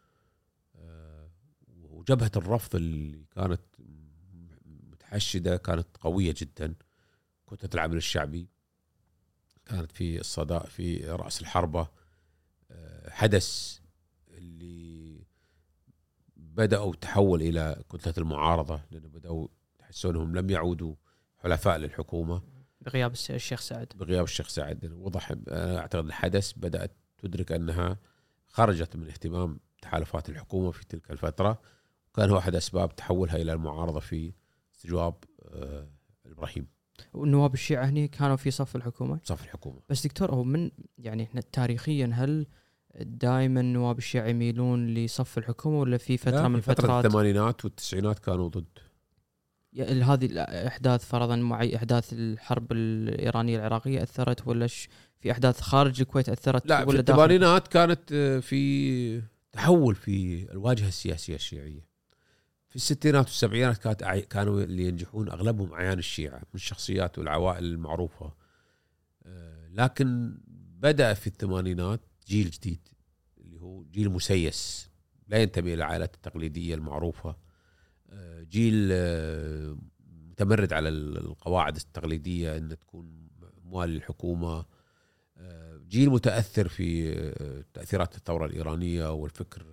وجبهة الرفض اللي كانت متحشدة كانت قوية جدا. كتلة العمل الشعبي كانت في الصداء في رأس الحربة. حدث اللي بدأوا تحول إلى كتلة المعارضة، لأنه بدأوا يحسونهم لم يعودوا حلفاء للحكومة بغياب الشيخ سعد. وضح أعتقد الحدث بدأت تدرك أنها خرجت من اهتمام تحالفات الحكومة في تلك الفترة، وكان هو أحد أسباب تحولها إلى المعارضة في استجواب إبراهيم. والنواب الشيعة هني كانوا في صف الحكومة. بس دكتور، هو من يعني احنا تاريخيا هل دائما نواب الشيعة يميلون لصف الحكومة ولا في فترة من الفترات الثمانينات والتسعينات كانوا ضد هذه الأحداث؟ فرضا أحداث الحرب الإيرانية العراقية أثرت، ولا في أحداث خارج الكويت أثرت؟ لا، ولا في الثمانينات كانت في تحول في الواجهة السياسية الشيعية. في الستينات والسبعينات كانوا اللي ينجحون أغلبهم أعيان الشيعة من الشخصيات والعوائل المعروفة. لكن بدأ في الثمانينات جيل جديد اللي هو جيل مسيس لا ينتمي إلى العائلات التقليدية المعروفة، جيل متمرد على القواعد التقليدية أن تكون أموال الحكومة، جيل متأثر في تأثيرات الثورة الإيرانية والفكر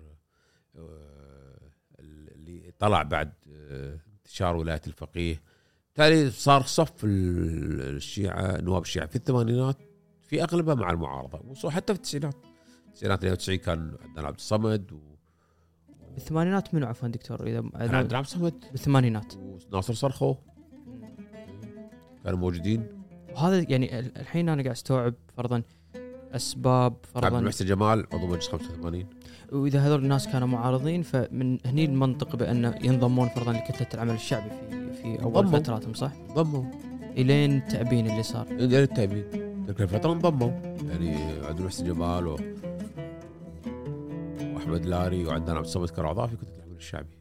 اللي طلع بعد انتشار ولاية الفقيه. بالتالي صار صف الشيعة نواب الشيعة في الثمانينات في أغلبها مع المعارضة، وحتى في التسعينات 92 كان عندنا عبد الصمد بالثمانينات منو عفوا دكتور؟ إذا عندنا عبد الصمد بالثمانينات وناصر صرخو كانوا موجودين. وهذا يعني الحين أنا قاعد استوعب فرضا أسباب، فرضا عبد المحسن جمال عضو مجلس 85، وإذا هذول الناس كانوا معارضين فمن هني المنطق بأن ينضمون فرضا لكتلة العمل الشعبي في أول فتراتهم، صح؟ ضموا إلين التأبين اللي صار. إلين التأبين تلك الفترة انضموا، يعني عبد المحسن جمال وأحمد لاري وعندنا عبد الصمد كانوا أعضاء في كتلة العمل الشعبي.